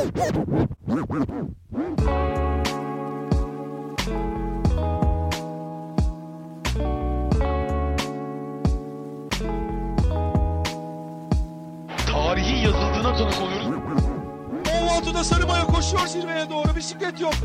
Tarihi yazıldığına tanık oluyoruz. Ovaltı'da Sarıbaya koşuyor zirveye doğru, bisiklet yok.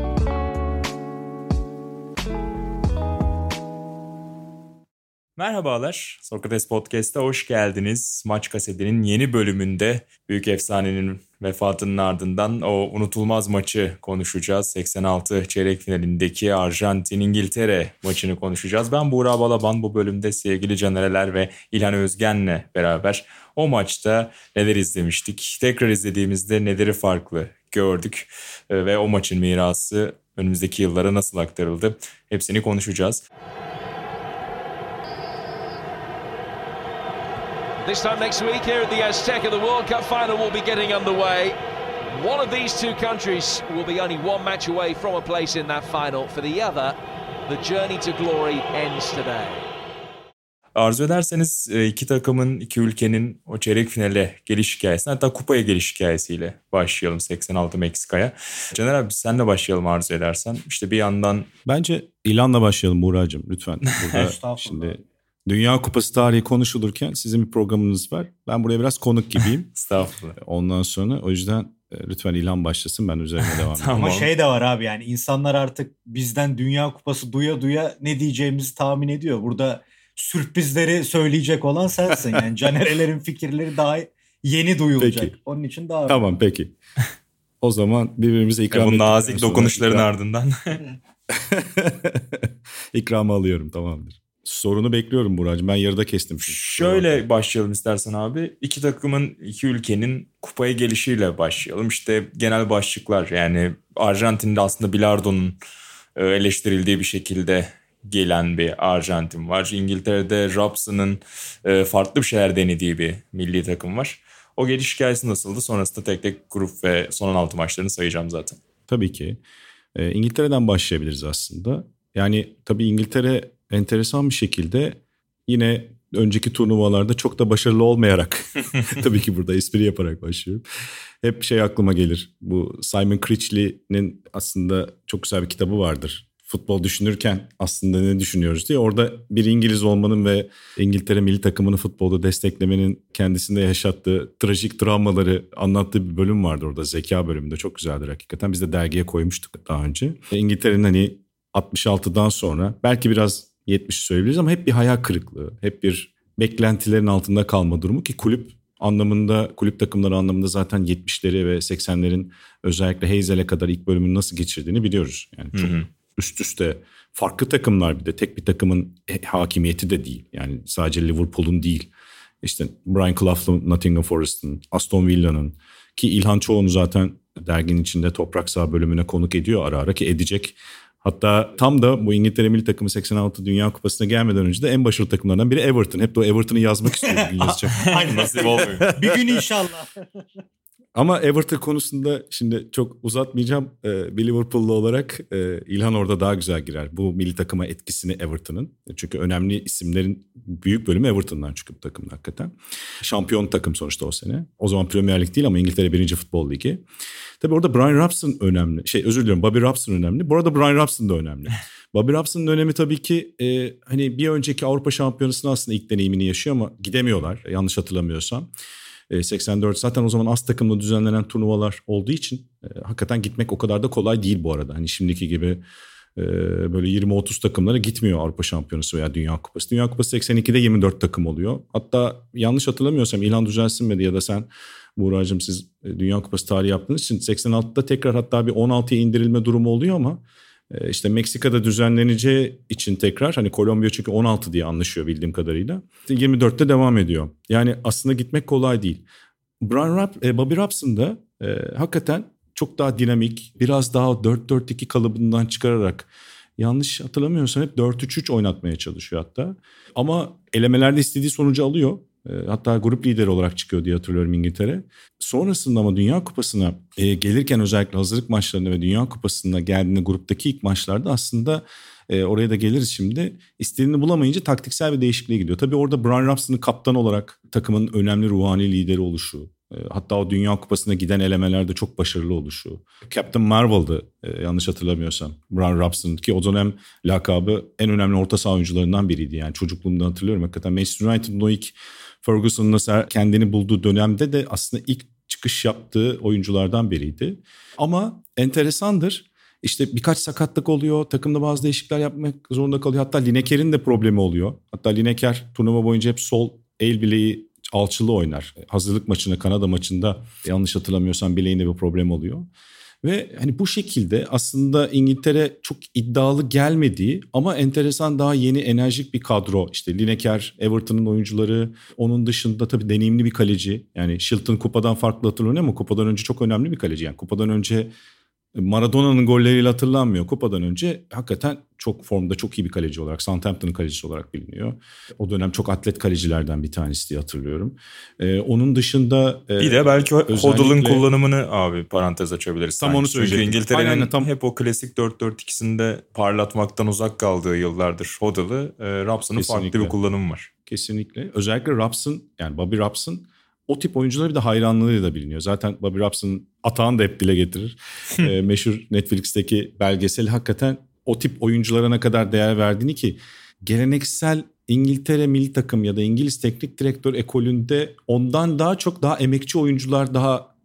Merhabalar, Sokrates Podcast'a hoş geldiniz. Maç Kaseti'nin yeni bölümünde büyük efsanenin vefatının ardından o unutulmaz maçı konuşacağız. 86 çeyrek finalindeki Arjantin-İngiltere maçını konuşacağız. Ben Buğra Balaban, bu bölümde sevgili Caner Eler ve İlhan Özgen'le beraber o maçta neler izlemiştik, tekrar izlediğimizde neleri farklı gördük ve o maçın mirası önümüzdeki yıllara nasıl aktarıldı, hepsini konuşacağız. This time next week here at the Azteca, the World Cup final will be getting underway. One of these two countries will be only one match away from a place in that final. For the other, the journey to glory ends today. Arzu ederseniz iki takımın, iki ülkenin o çeyrek finale geliş hikayesine, hatta kupaya geliş hikayesiyle başlayalım 86 Meksika'ya. Caner abi, senle başlayalım arzu edersen. İşte bir yandan... Bence İlhan'la başlayalım Buğra'cığım lütfen. Burada şimdi... Dünya Kupası tarihi konuşulurken sizin bir programınız var. Ben buraya biraz konuk gibiyim. Estağfurullah. Ondan sonra o yüzden lütfen İlhan başlasın, ben üzerine devam edeyim. Ama şey de var abi, yani insanlar artık bizden Dünya Kupası duya duya ne diyeceğimizi tahmin ediyor. Burada sürprizleri söyleyecek olan sensin. Yani Canerelerin fikirleri daha yeni duyulacak. Peki. Onun için daha... Tamam peki. O zaman birbirimize ikram bu nazik dokunuşların ardından. İkramı alıyorum, tamamdır. Sorunu bekliyorum Buğra'cığım. Ben yarıda kestim. Şöyle başlayalım istersen abi. İki takımın, iki ülkenin kupaya gelişiyle başlayalım. İşte genel başlıklar, yani Arjantin'de aslında bilardonun eleştirildiği bir şekilde gelen bir Arjantin var. İngiltere'de Robson'ın farklı bir şeyler denediği bir milli takım var. O geliş hikayesi nasıldı? Sonrasında tek tek grup ve son 16 maçlarını sayacağım zaten. Tabii ki. İngiltere'den başlayabiliriz aslında. Yani tabii İngiltere enteresan bir şekilde yine önceki turnuvalarda çok da başarılı olmayarak tabii ki burada espri yaparak başlıyorum. Hep şey aklıma gelir. Bu Simon Critchley'nin aslında çok güzel bir kitabı vardır. Futbol düşünürken aslında ne düşünüyoruz diye. Orada bir İngiliz olmanın ve İngiltere milli takımını futbolda desteklemenin kendisinde yaşattığı trajik travmaları anlattığı bir bölüm vardı orada. Zeka bölümünde çok güzeldir hakikaten. Biz de dergiye koymuştuk daha önce. İngiltere'nin hani 66'dan sonra belki biraz 70'i söyleyebiliriz ama hep bir hayal kırıklığı, hep bir beklentilerin altında kalma durumu ki kulüp anlamında, kulüp takımları anlamında zaten 70'leri ve 80'lerin özellikle Hazel'e kadar ilk bölümünü nasıl geçirdiğini biliyoruz. Yani çok üst üste farklı takımlar, bir de tek bir takımın hakimiyeti de değil. Yani sadece Liverpool'un değil. İşte Brian Clough'un Nottingham Forest'ın, Aston Villa'nın, ki İlhan çoğunu zaten derginin içinde Toprak Saha bölümüne konuk ediyor ara ara, ki edecek. Hatta tam da bu İngiltere milli takımı 86 Dünya Kupası'na gelmeden önce de en başarılı takımlardan biri Everton. Hep de o Everton'ı yazmak istiyorum. Aynen, nasip olmuyor. Bir gün inşallah. Ama Everton konusunda şimdi çok uzatmayacağım. Bir Liverpool'lu olarak İlhan orada daha güzel girer. Bu milli takıma etkisini Everton'ın. Çünkü önemli isimlerin büyük bölümü Everton'dan, çünkü bu takımda hakikaten. Şampiyon takım sonuçta o sene. O zaman Premier Lig değil ama İngiltere 1. Futbol Ligi. Tabii orada Brian Robson önemli. Bobby Robson önemli. Bu arada Brian Robson da önemli. Bobby Robson'ın önemi tabii ki hani bir önceki Avrupa Şampiyonası'nda aslında ilk deneyimini yaşıyor ama gidemiyorlar yanlış hatırlamıyorsam. 84 zaten o zaman az takımla düzenlenen turnuvalar olduğu için hakikaten gitmek o kadar da kolay değil bu arada. Hani şimdiki gibi böyle 20-30 takımlara gitmiyor Avrupa Şampiyonası veya Dünya Kupası. Dünya Kupası 82'de 24 takım oluyor. Hatta yanlış hatırlamıyorsam, İlhan düzelsin mi ya da sen Buğra'cığım, siz Dünya Kupası tarihi yaptığınız için 86'da tekrar hatta bir 16'ya indirilme durumu oluyor ama işte Meksika'da düzenleneceği için tekrar, hani Kolombiya çünkü 16 diye anlaşıyor bildiğim kadarıyla, 24'te devam ediyor. Yani aslında gitmek kolay değil. Bobby Robson da hakikaten çok daha dinamik, biraz daha 4-4-2 kalıbından çıkararak, yanlış hatırlamıyorsam hep 4-3-3 oynatmaya çalışıyor hatta. Ama elemelerde istediği sonucu alıyor. Hatta grup lideri olarak çıkıyor diye hatırlıyorum İngiltere. Sonrasında ama Dünya Kupası'na gelirken, özellikle hazırlık maçlarında ve Dünya Kupası'na geldiğinde gruptaki ilk maçlarda aslında oraya da geliriz şimdi. İstediğini bulamayınca taktiksel bir değişikliğe gidiyor. Tabii orada Brian Robson'ın kaptan olarak takımın önemli ruhani lideri oluşu, Hatta o Dünya Kupası'na giden elemelerde çok başarılı oluşu. Captain Marvel'dı yanlış hatırlamıyorsam. Brian Robson ki o dönem lakabı en önemli orta saha oyuncularından biriydi. Yani çocukluğumda hatırlıyorum hakikaten. Manchester United'ın o ilk Ferguson'la kendini bulduğu dönemde de aslında ilk çıkış yaptığı oyunculardan biriydi. Ama enteresandır. İşte birkaç sakatlık oluyor. Takımda bazı değişiklikler yapmak zorunda kalıyor. Hatta Lineker'in de problemi oluyor. Hatta Lineker turnuva boyunca hep sol el bileği alçılı oynar. Hazırlık maçında, Kanada maçında yanlış hatırlamıyorsam bileğinde bir problem oluyor. Ve hani bu şekilde aslında İngiltere çok iddialı gelmediği ama enteresan daha yeni enerjik bir kadro. İşte Lineker, Everton'un oyuncuları, onun dışında tabii deneyimli bir kaleci. Yani Shilton kupadan farklı hatırlanıyor ama kupadan önce çok önemli bir kaleci. Yani kupadan önce Maradona'nın golleriyle hatırlanmıyor. Kupadan önce hakikaten çok formda, çok iyi bir kaleci olarak, Southampton'ın kalecisi olarak biliniyor. O dönem çok atlet kalecilerden bir tanesi diye hatırlıyorum. Onun dışında... bir de belki Hoddle'ın kullanımını abi parantez açabiliriz. Tam onu söyleyecektim. Çünkü İngiltere'nin hep o klasik 4-4-2'sinde parlatmaktan uzak kaldığı yıllardır Hoddle'ı. Robson'un farklı bir kullanımı var. Kesinlikle. Özellikle Robson, yani Bobby Robson... O tip oyuncuları bir de hayranlığıyla da biliniyor. Zaten Bobby Robson'ın atağını da hep dile getirir. Meşhur Netflix'teki belgesel hakikaten o tip oyunculara ne kadar değer verdiğini ki geleneksel İngiltere milli takım ya da İngiliz teknik direktör ekolünde ondan daha çok daha emekçi oyuncular daha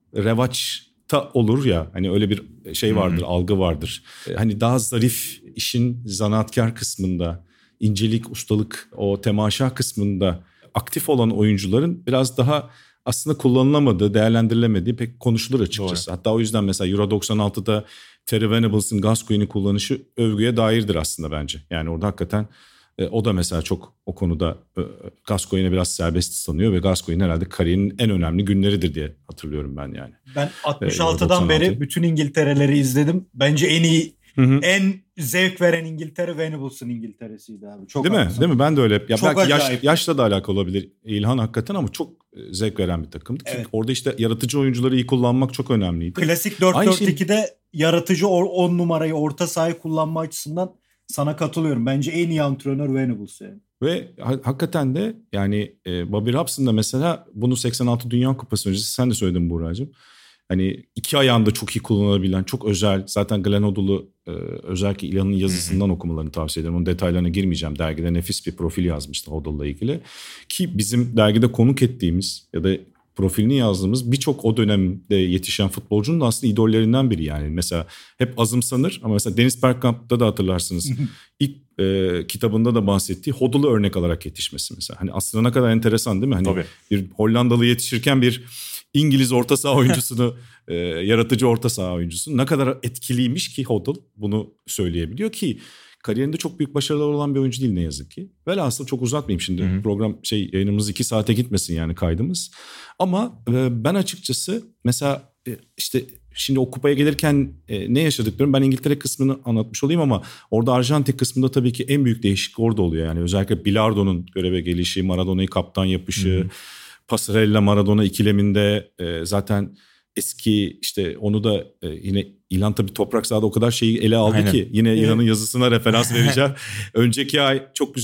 revaçta olur ya. Hani öyle bir şey vardır, algı vardır. Hani daha zarif işin zanaatkar kısmında, incelik, ustalık o temaşa kısmında aktif olan oyuncuların biraz daha aslında kullanılamadığı, değerlendirilemediği pek konuşulur açıkçası. Doğru. Hatta o yüzden mesela Euro 96'da Terry Venables'ın Gascoigne'i kullanışı övgüye dairdir aslında bence. Yani orada hakikaten o da mesela çok o konuda Gascoigne'e biraz serbest sanıyor ve Gascoigne herhalde kariyerinin en önemli günleridir diye hatırlıyorum ben yani. Ben 66'dan beri bütün İngiltere'leri izledim. Bence en iyi, en zevk veren İngiltere Venables'ın İngiltere'siydi abi. Çok değil mi? Değil mi? Ben de öyle. Ya çok belki yaşla da alakalı olabilir İlhan hakikaten ama çok zevk veren bir takımdı. Evet. Orada işte yaratıcı oyuncuları iyi kullanmak çok önemliydi. Klasik 4-4-2'de yaratıcı 10 numarayı orta sahayı kullanma açısından sana katılıyorum. Bence en iyi antrenör Venables yani. Ve hakikaten de yani Bobby Robson da mesela bunu 86 Dünya Kupası öncesi sen de söyledin Buğra'cığım. Hani iki ayağında çok iyi kullanılabilen, çok özel. Zaten Glenn Hoddle'u özellikle İlhan'ın yazısından okumalarını tavsiye ederim. Onun detaylarına girmeyeceğim. Dergide nefis bir profil yazmıştı Hoddle'la ilgili. Ki bizim dergide konuk ettiğimiz ya da profilini yazdığımız birçok o dönemde yetişen futbolcunun da aslında idollerinden biri yani. Mesela hep azımsanır ama mesela Dennis Bergkamp'ta da hatırlarsınız. İlk kitabında da bahsettiği Hoddle'ı örnek alarak yetişmesi mesela. Hani aslında ne kadar enteresan değil mi? Hani tabii. Bir Hollandalı yetişirken bir İngiliz orta saha oyuncusunu, yaratıcı orta saha oyuncusunu ne kadar etkiliymiş ki Hoddle bunu söyleyebiliyor ki kariyerinde çok büyük başarılar olan bir oyuncu değil ne yazık ki. Velhasıl çok uzatmayayım şimdi program yayınımız 2 saate gitmesin yani kaydımız. Ama ben açıkçası mesela işte şimdi o kupaya gelirken ne yaşadık diyorum. Ben İngiltere kısmını anlatmış olayım ama orada Arjantin kısmında tabii ki en büyük değişiklik orada oluyor. Yani özellikle Bilardo'nun göreve gelişi, Maradona'yı kaptan yapışı, Passarella Maradona ikileminde zaten eski işte onu da yine İlhan tabii Toprak Sahada o kadar şeyi ele aldı ki yine İlhan'ın yazısına referans vereceğim. Önceki ay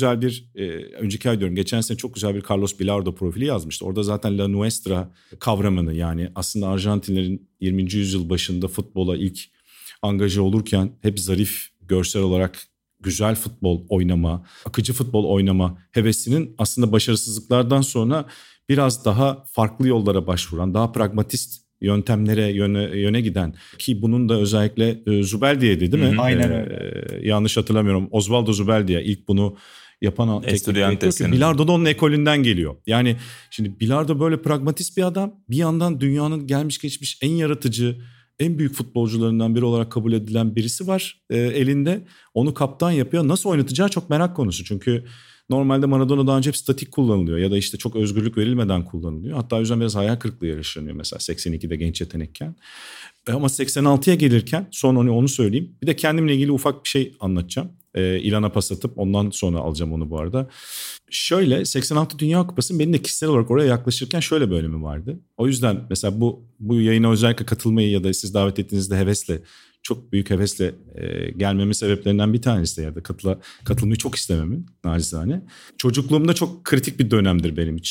diyorum geçen sene çok güzel bir Carlos Bilardo profili yazmıştı. Orada zaten La Nuestra kavramını yani aslında Arjantinlerin 20. yüzyıl başında futbola ilk angaje olurken hep zarif görsel olarak güzel futbol oynama, akıcı futbol oynama hevesinin aslında başarısızlıklardan sonra biraz daha farklı yollara başvuran, daha pragmatist yöntemlere yöne giden ki bunun da özellikle Zubeldia'ydı değil mi? Aynen öyle. Yanlış hatırlamıyorum. Osvaldo Zubeldia ilk bunu yapan teknik direktör. Bilardo da onun ekolünden geliyor. Yani şimdi Bilardo böyle pragmatist bir adam. Bir yandan dünyanın gelmiş geçmiş en yaratıcı, en büyük futbolcularından biri olarak kabul edilen birisi var elinde. Onu kaptan yapıyor. Nasıl oynatacağı çok merak konusu. Çünkü normalde Maradona daha önce hep statik kullanılıyor ya da işte çok özgürlük verilmeden kullanılıyor. Hatta o yüzden biraz hayal kırıklığı yaşanıyor mesela 82'de genç yetenekken. Ama 86'ya gelirken son onu söyleyeyim. Bir de kendimle ilgili ufak bir şey anlatacağım. İlhan'a pas atıp ondan sonra alacağım onu bu arada. Şöyle 86 Dünya Kupası benim de kişisel olarak oraya yaklaşırken şöyle bir önemi vardı. O yüzden mesela bu yayına özellikle katılmayı ya da siz davet ettiğinizde çok büyük hevesle gelmemin sebeplerinden bir tanesi de ya da katılmayı çok istememin nacizane. Çocukluğumda çok kritik bir dönemdir benim için.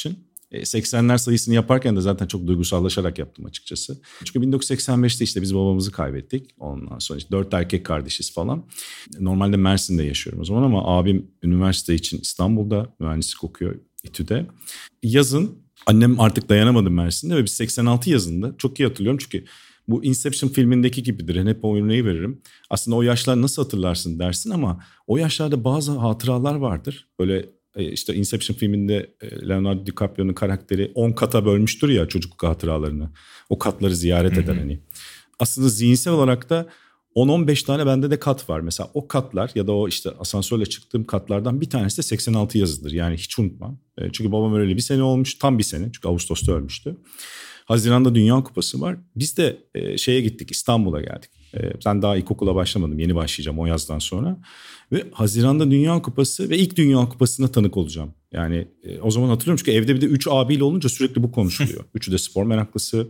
80'ler sayısını yaparken de zaten çok duygusallaşarak yaptım açıkçası. Çünkü 1985'te işte biz babamızı kaybettik. Ondan sonra işte 4 erkek kardeşiz falan. Normalde Mersin'de yaşıyorum o zaman ama abim üniversite için İstanbul'da mühendislik okuyor İTÜ'de. Yazın annem artık dayanamadı Mersin'de ve biz 86 yazında çok iyi hatırlıyorum çünkü bu Inception filmindeki gibidir. Yani hep o örneği veririm. Aslında o yaşlar nasıl hatırlarsın dersin ama o yaşlarda bazı hatıralar vardır. Böyle işte Inception filminde Leonardo DiCaprio'nun karakteri 10 kata bölmüştür ya çocukluk hatıralarını. O katları ziyaret eder hani. Aslında zihinsel olarak da 10-15 tane bende de kat var. Mesela o katlar ya da o işte asansörle çıktığım katlardan bir tanesi de 86 yazıdır. Yani hiç unutmam. Çünkü babam öyle bir sene olmuş. Tam bir sene. Çünkü Ağustos'ta ölmüştü. Haziran'da Dünya Kupası var. Biz de şeye gittik, İstanbul'a geldik. Ben daha ilkokula başlamadım. Yeni başlayacağım o yazdan sonra. Ve Haziran'da Dünya Kupası ve ilk Dünya Kupası'na tanık olacağım. Yani o zaman hatırlıyorum çünkü evde bir de 3 abiyle olunca sürekli bu konuşuluyor. Üçü de spor meraklısı.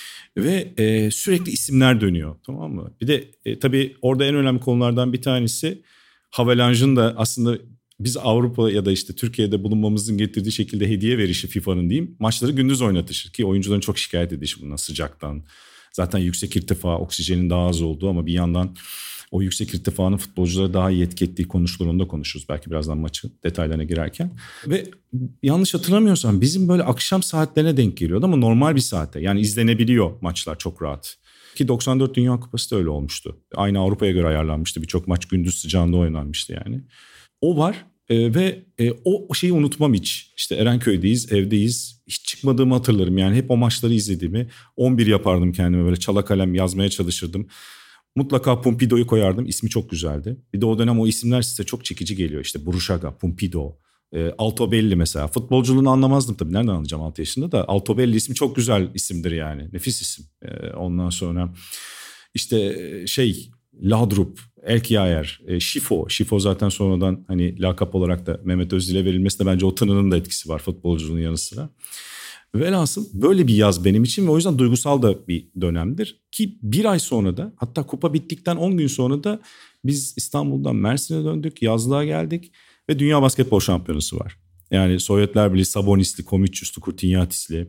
Ve sürekli isimler dönüyor, tamam mı? Bir de tabii orada en önemli konulardan bir tanesi Havelange'ın da aslında biz Avrupa ya da işte Türkiye'de bulunmamızın getirdiği şekilde hediye verişi FIFA'nın diyeyim. Maçları gündüz oynatışır ki oyuncuların çok şikayet edişi bundan sıcaktan. Zaten yüksek irtifa, oksijenin daha az olduğu ama bir yandan o yüksek irtifanın futbolculara daha iyi etki ettiği konuşulur. Onu da konuşuruz belki birazdan maçın detaylarına girerken. Ve yanlış hatırlamıyorsam bizim böyle akşam saatlerine denk geliyordu ama normal bir saate. Yani izlenebiliyor maçlar çok rahat. Ki 94 Dünya Kupası da öyle olmuştu. Aynı Avrupa'ya göre ayarlanmıştı. Birçok maç gündüz sıcağında oynanmıştı yani. O var ve o şeyi unutmam hiç. İşte Erenköy'deyiz, evdeyiz. Hiç çıkmadığımı hatırlarım yani. Hep o maçları izlediğimi. 11 yapardım kendime böyle çala kalem yazmaya çalışırdım. Mutlaka Pompidou'yu koyardım. İsmi çok güzeldi. Bir de o dönem o isimler size çok çekici geliyor. İşte Buruşaga, Pompidou, Altobelli mesela. Futbolculuğunu anlamazdım tabii. Nereden anlayacağım 6 yaşında da. Altobelli ismi çok güzel isimdir yani. Nefis isim. Ondan sonra işte Laudrup, Elkiayer, Şifo. Şifo zaten sonradan hani lakap olarak da Mehmet Özdil'e verilmesi de bence o tanının da etkisi var futbolculuğun yanı sıra. Velhasıl böyle bir yaz benim için ve o yüzden duygusal da bir dönemdir. Ki bir ay sonra da hatta kupa bittikten 10 gün sonra da biz İstanbul'dan Mersin'e döndük. Yazlığa geldik ve Dünya Basketbol Şampiyonası var. Yani Sovyetler Birliği Sabonis'li, Komitsüs'lü, Kurtinyatis'li,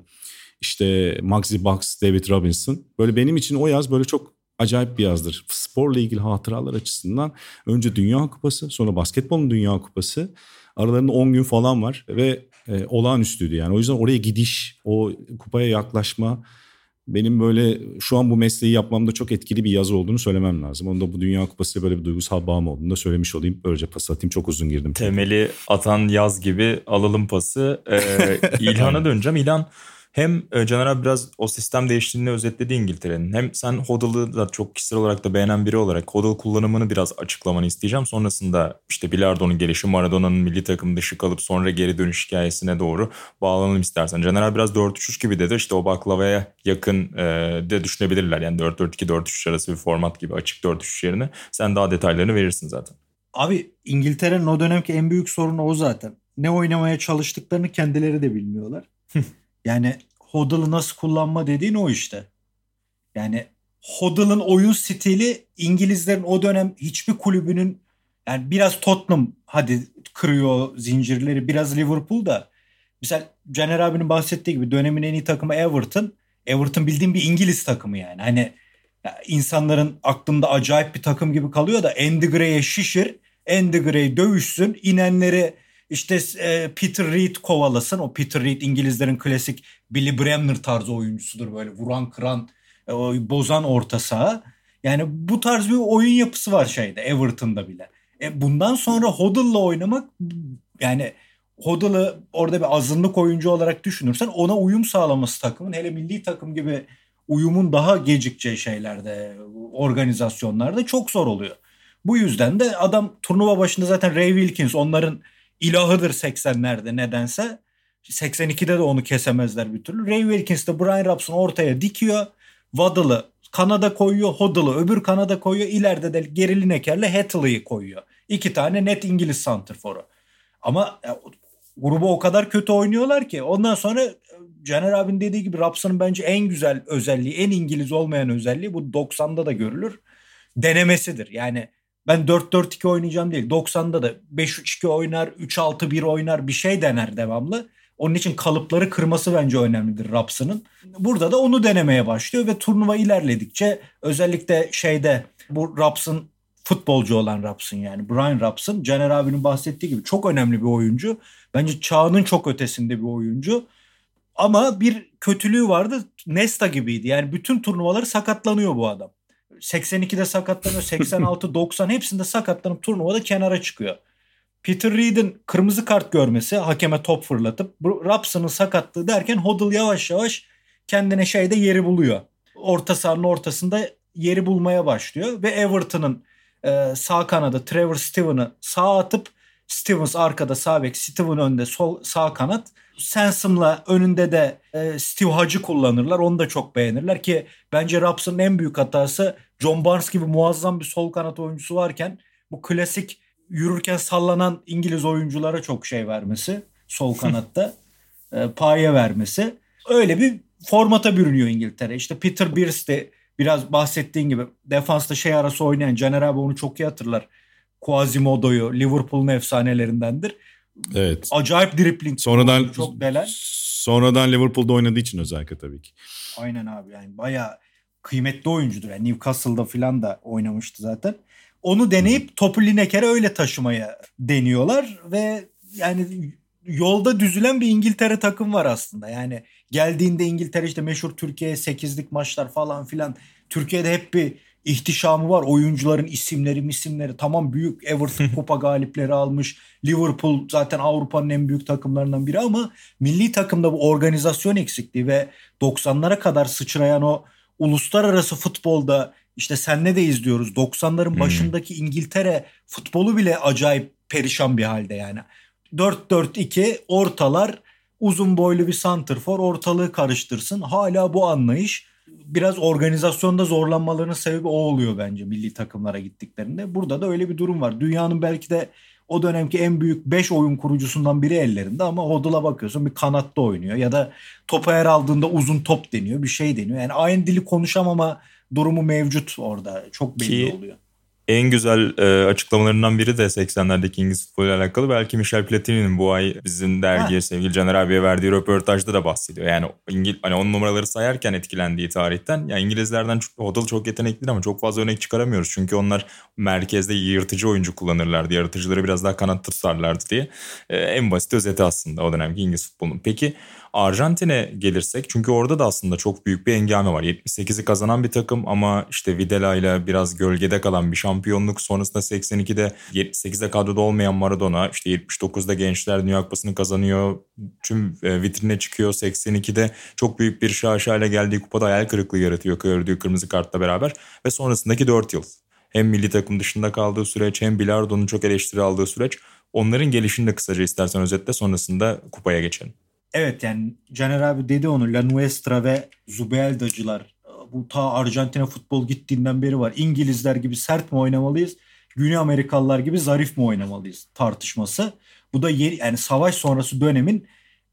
işte Maxi Box, David Robinson. Böyle benim için o yaz böyle çok acayip bir yazdır. Sporla ilgili hatıralar açısından önce Dünya Kupası, sonra basketbolun Dünya Kupası. Aralarında 10 gün falan var ve olağanüstüydü yani. O yüzden oraya gidiş, o kupaya yaklaşma benim böyle şu an bu mesleği yapmamda çok etkili bir yaz olduğunu söylemem lazım. Onu da bu Dünya Kupası'yla böyle bir duygusal bağım olduğunu da söylemiş olayım. Böylece pas atayım, çok uzun girdim. Temeli atan yaz gibi alalım pası. İlhan'a döneceğim. İlhan hem Caner abi biraz o sistem değiştiğini özetledi İngiltere'nin. Hem sen Hoddle'ı da çok kişisel olarak da beğenen biri olarak Hoddle kullanımını biraz açıklamanı isteyeceğim. Sonrasında işte Bilardo'nun gelişi, Maradona'nın milli takım dışı kalıp sonra geri dönüş hikayesine doğru bağlanalım istersen. Caner abi biraz 4-3-3 gibi dedi. İşte o baklavaya yakın de düşünebilirler. Yani 4-4-2, 4-3-3 arası bir format gibi açık 4-3 yerine. Sen daha detaylarını verirsin zaten. Abi İngiltere'nin o dönemki en büyük sorunu o zaten. Ne oynamaya çalıştıklarını kendileri de bilmiyorlar. Yani Hoddle'ı nasıl kullanma dediğin o işte. Yani Hoddle'ın oyun stili İngilizlerin o dönem hiçbir kulübünün, yani biraz Tottenham hadi kırıyor zincirleri, biraz Liverpool da. Mesela Caner abinin bahsettiği gibi dönemin en iyi takımı Everton. Everton bildiğim bir İngiliz takımı yani. Hani insanların aklında acayip bir takım gibi kalıyor da Andy Gray'e şişir, Andy Gray dövüşsün, inenleri İşte Peter Reid kovalasın. O Peter Reid İngilizlerin klasik Billy Bremner tarzı oyuncusudur. Böyle vuran kıran, bozan orta saha. Yani bu tarz bir oyun yapısı var Everton'da bile. Bundan sonra Hoddle'la oynamak, yani Hoddle'ı orada bir azınlık oyuncu olarak düşünürsen ona uyum sağlaması takımın, hele milli takım gibi uyumun daha gecikeceği şeylerde, organizasyonlarda çok zor oluyor. Bu yüzden de adam turnuva başında zaten Ray Wilkins onların ilahıdır 80'lerde nedense. 82'de de onu kesemezler bir türlü. Ray Wilkins de Brian Robson ortaya dikiyor. Waddle'ı kanada koyuyor. Hoddle'ı öbür kanada koyuyor. İleride de Gary Lineker'le Hatley'i koyuyor. 2 tane net İngiliz santrforu. Ama grubu o kadar kötü oynuyorlar ki. Ondan sonra Caner abinin dediği gibi Robson'ın bence en güzel özelliği, en İngiliz olmayan özelliği bu 90'da da görülür. Denemesidir. Yani ben 4-4-2 oynayacağım değil. 90'da da 5-3-2 oynar, 3-6-1 oynar, bir şey dener devamlı. Onun için kalıpları kırması bence önemlidir Robson'ın. Burada da onu denemeye başlıyor ve turnuva ilerledikçe özellikle bu Robson, futbolcu olan Robson, yani Brian Robson, Caner abinin bahsettiği gibi çok önemli bir oyuncu. Bence çağının çok ötesinde bir oyuncu. Ama bir kötülüğü vardı. Nesta gibiydi. Yani bütün turnuvaları sakatlanıyor bu adam. 82'de sakatlanıyor, 86, 90 hepsinde sakatlanıp turnuvada kenara çıkıyor. Peter Reed'in kırmızı kart görmesi, hakeme top fırlatıp Robson'ın sakatlığı derken Hoddle yavaş yavaş kendine yeri buluyor. Orta sahanın ortasında yeri bulmaya başlıyor ve Everton'ın sağ kanadı Trevor Steven'ı sağa atıp Stevens arkada sağ bek, Steven önde sağ kanat. Sansom'la önünde de Steve Hodge'ı kullanırlar. Onu da çok beğenirler ki bence Robson'ın en büyük hatası John Barnes gibi muazzam bir sol kanat oyuncusu varken bu klasik yürürken sallanan İngiliz oyunculara çok vermesi. Sol kanatta paye vermesi. Öyle bir formata bürünüyor İngiltere. İşte Peter Beers de biraz bahsettiğin gibi defansta arası oynayan, Caner abi onu çok iyi hatırlar. Quasimodo'yu, Liverpool'un efsanelerindendir. Evet. Acayip dribling. Çok delen. Sonradan Liverpool'da oynadığı için özellikle tabii ki. Aynen abi, yani bayağı kıymetli oyuncudur. Yani Newcastle'da falan da oynamıştı zaten. Onu deneyip topu Lineker'e öyle taşımaya deniyorlar ve yani yolda düzülen bir İngiltere takım var aslında. Yani geldiğinde İngiltere meşhur Türkiye 8'lik maçlar falan filan. Türkiye'de hep bir ihtişamı var. Oyuncuların isimleri tamam, büyük Everton kupa galipleri almış. Liverpool zaten Avrupa'nın en büyük takımlarından biri ama milli takımda bu organizasyon eksikliği ve 90'lara kadar sıçrayan o uluslararası futbolda senle de izliyoruz. 90'ların başındaki İngiltere futbolu bile acayip perişan bir halde yani. 4-4-2 ortalar, uzun boylu bir santrfor ortalığı karıştırsın. Hala bu anlayış. Biraz organizasyonda zorlanmalarının sebebi o oluyor bence milli takımlara gittiklerinde. Burada da öyle bir durum var. Dünyanın belki de o dönemki en büyük 5 oyun kurucusundan biri ellerinde ama Hoddle'a bakıyorsun bir kanatta oynuyor ya da topa yer aldığında uzun top deniyor, bir şey deniyor. Yani aynı dili konuşamama durumu mevcut orada. Çok belli oluyor. En güzel açıklamalarından biri de 80'lerdeki İngiliz futboluyla alakalı. Belki Michel Platini'nin bu ay bizim dergiye sevgili Caner abiye verdiği röportajda da bahsediyor. Yani hani 10 numaraları sayarken etkilendiği tarihten. Ya İngilizlerden Hoddle çok yetenekli ama çok fazla örnek çıkaramıyoruz. Çünkü onlar merkezde yırtıcı oyuncu kullanırlardı. Yaratıcıları biraz daha kanat tutarlardı diye. En basit özeti aslında o dönemki İngiliz futbolunun. Peki Arjantin'e gelirsek, çünkü orada da aslında çok büyük bir hengame var. 78'i kazanan bir takım ama Vidal'ayla biraz gölgede kalan bir şampiyonluk. Sonrasında 82'de 78'de kadroda olmayan Maradona, 79'da Gençler Dünya Kupası'nı kazanıyor. Tüm vitrine çıkıyor. 82'de çok büyük bir şaşayla geldiği kupada hayal kırıklığı yaratıyor gördüğü kırmızı kartla beraber. Ve sonrasındaki 4 yıl. Hem milli takım dışında kaldığı süreç hem bilardonun çok eleştiri aldığı süreç. Onların gelişini de kısaca istersen özetle, sonrasında kupaya geçelim. Evet, yani Caner abi dedi onu, La Nuestra ve Zubelda'cılar. Bu ta Arjantin'e futbol gittiğinden beri var. İngilizler gibi sert mi oynamalıyız? Güney Amerikalılar gibi zarif mi oynamalıyız tartışması. Bu da yani savaş sonrası dönemin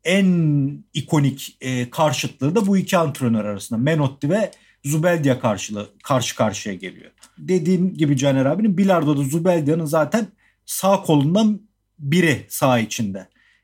en ikonik karşıtlığı da bu iki antrenör arasında. Menotti ve Zubeldia karşı karşıya geliyor. Dediğin gibi Caner abinin, bilardoda Zubeldia'nın zaten sağ kolundan biri sağ içinde.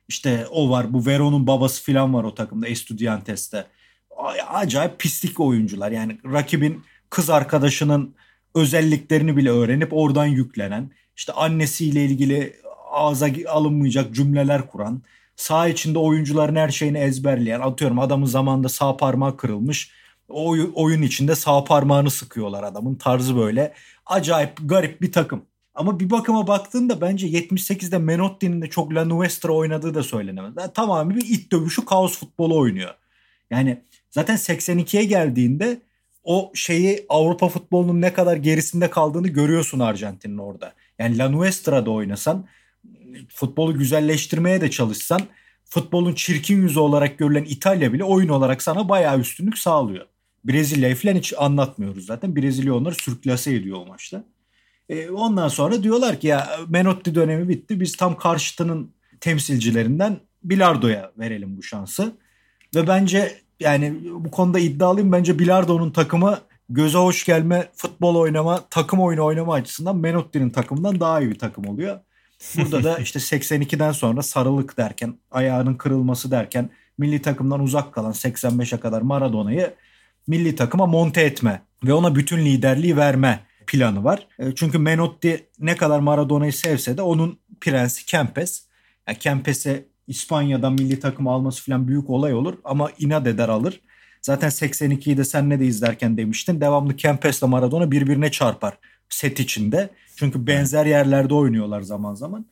O var, bu Veron'un babası falan var o takımda, Estudiantes'te. Acayip pislik oyuncular. Yani rakibin kız arkadaşının özelliklerini bile öğrenip oradan yüklenen, annesiyle ilgili ağza alınmayacak cümleler kuran, sağ içinde oyuncuların her şeyini ezberleyen, atıyorum adamın zamanında sağ parmağı kırılmış, oyun içinde sağ parmağını sıkıyorlar adamın, tarzı böyle acayip garip bir takım. Ama bir bakıma baktığında bence 78'de Menotti'nin de çok La Nuestra oynadığı da söylenemez. Yani tamamen bir it dövüşü, kaos futbolu oynuyor. Yani zaten 82'ye geldiğinde o Avrupa futbolunun ne kadar gerisinde kaldığını görüyorsun Arjantin'in orada. Yani La Nuestra'da oynasan, futbolu güzelleştirmeye de çalışsan, futbolun çirkin yüzü olarak görülen İtalya bile oyun olarak sana bayağı üstünlük sağlıyor. Brezilya'yı falan hiç anlatmıyoruz zaten. Brezilya onları sürklase ediyor o maçta. Ondan sonra diyorlar ki ya Menotti dönemi bitti. Biz tam karşıtının temsilcilerinden Bilardo'ya verelim bu şansı. Ve bence yani bu konuda iddialıyım. Bence Bilardo'nun takımı göze hoş gelme, futbol oynama, takım oyunu oynama açısından Menotti'nin takımından daha iyi bir takım oluyor. Burada da işte 82'den sonra sarılık derken, ayağının kırılması derken milli takımdan uzak kalan 85'e kadar Maradona'yı milli takıma monte etme ve ona bütün liderliği verme planı var. Çünkü Menotti ne kadar Maradona'yı sevse de onun prensi Kempes. Yani Kempes'e İspanya'dan milli takım alması falan büyük olay olur ama inat eder alır. Zaten 82'yi de senle de izlerken demiştin. Devamlı Kempes'le Maradona birbirine çarpar set içinde. Çünkü benzer yerlerde oynuyorlar zaman zaman.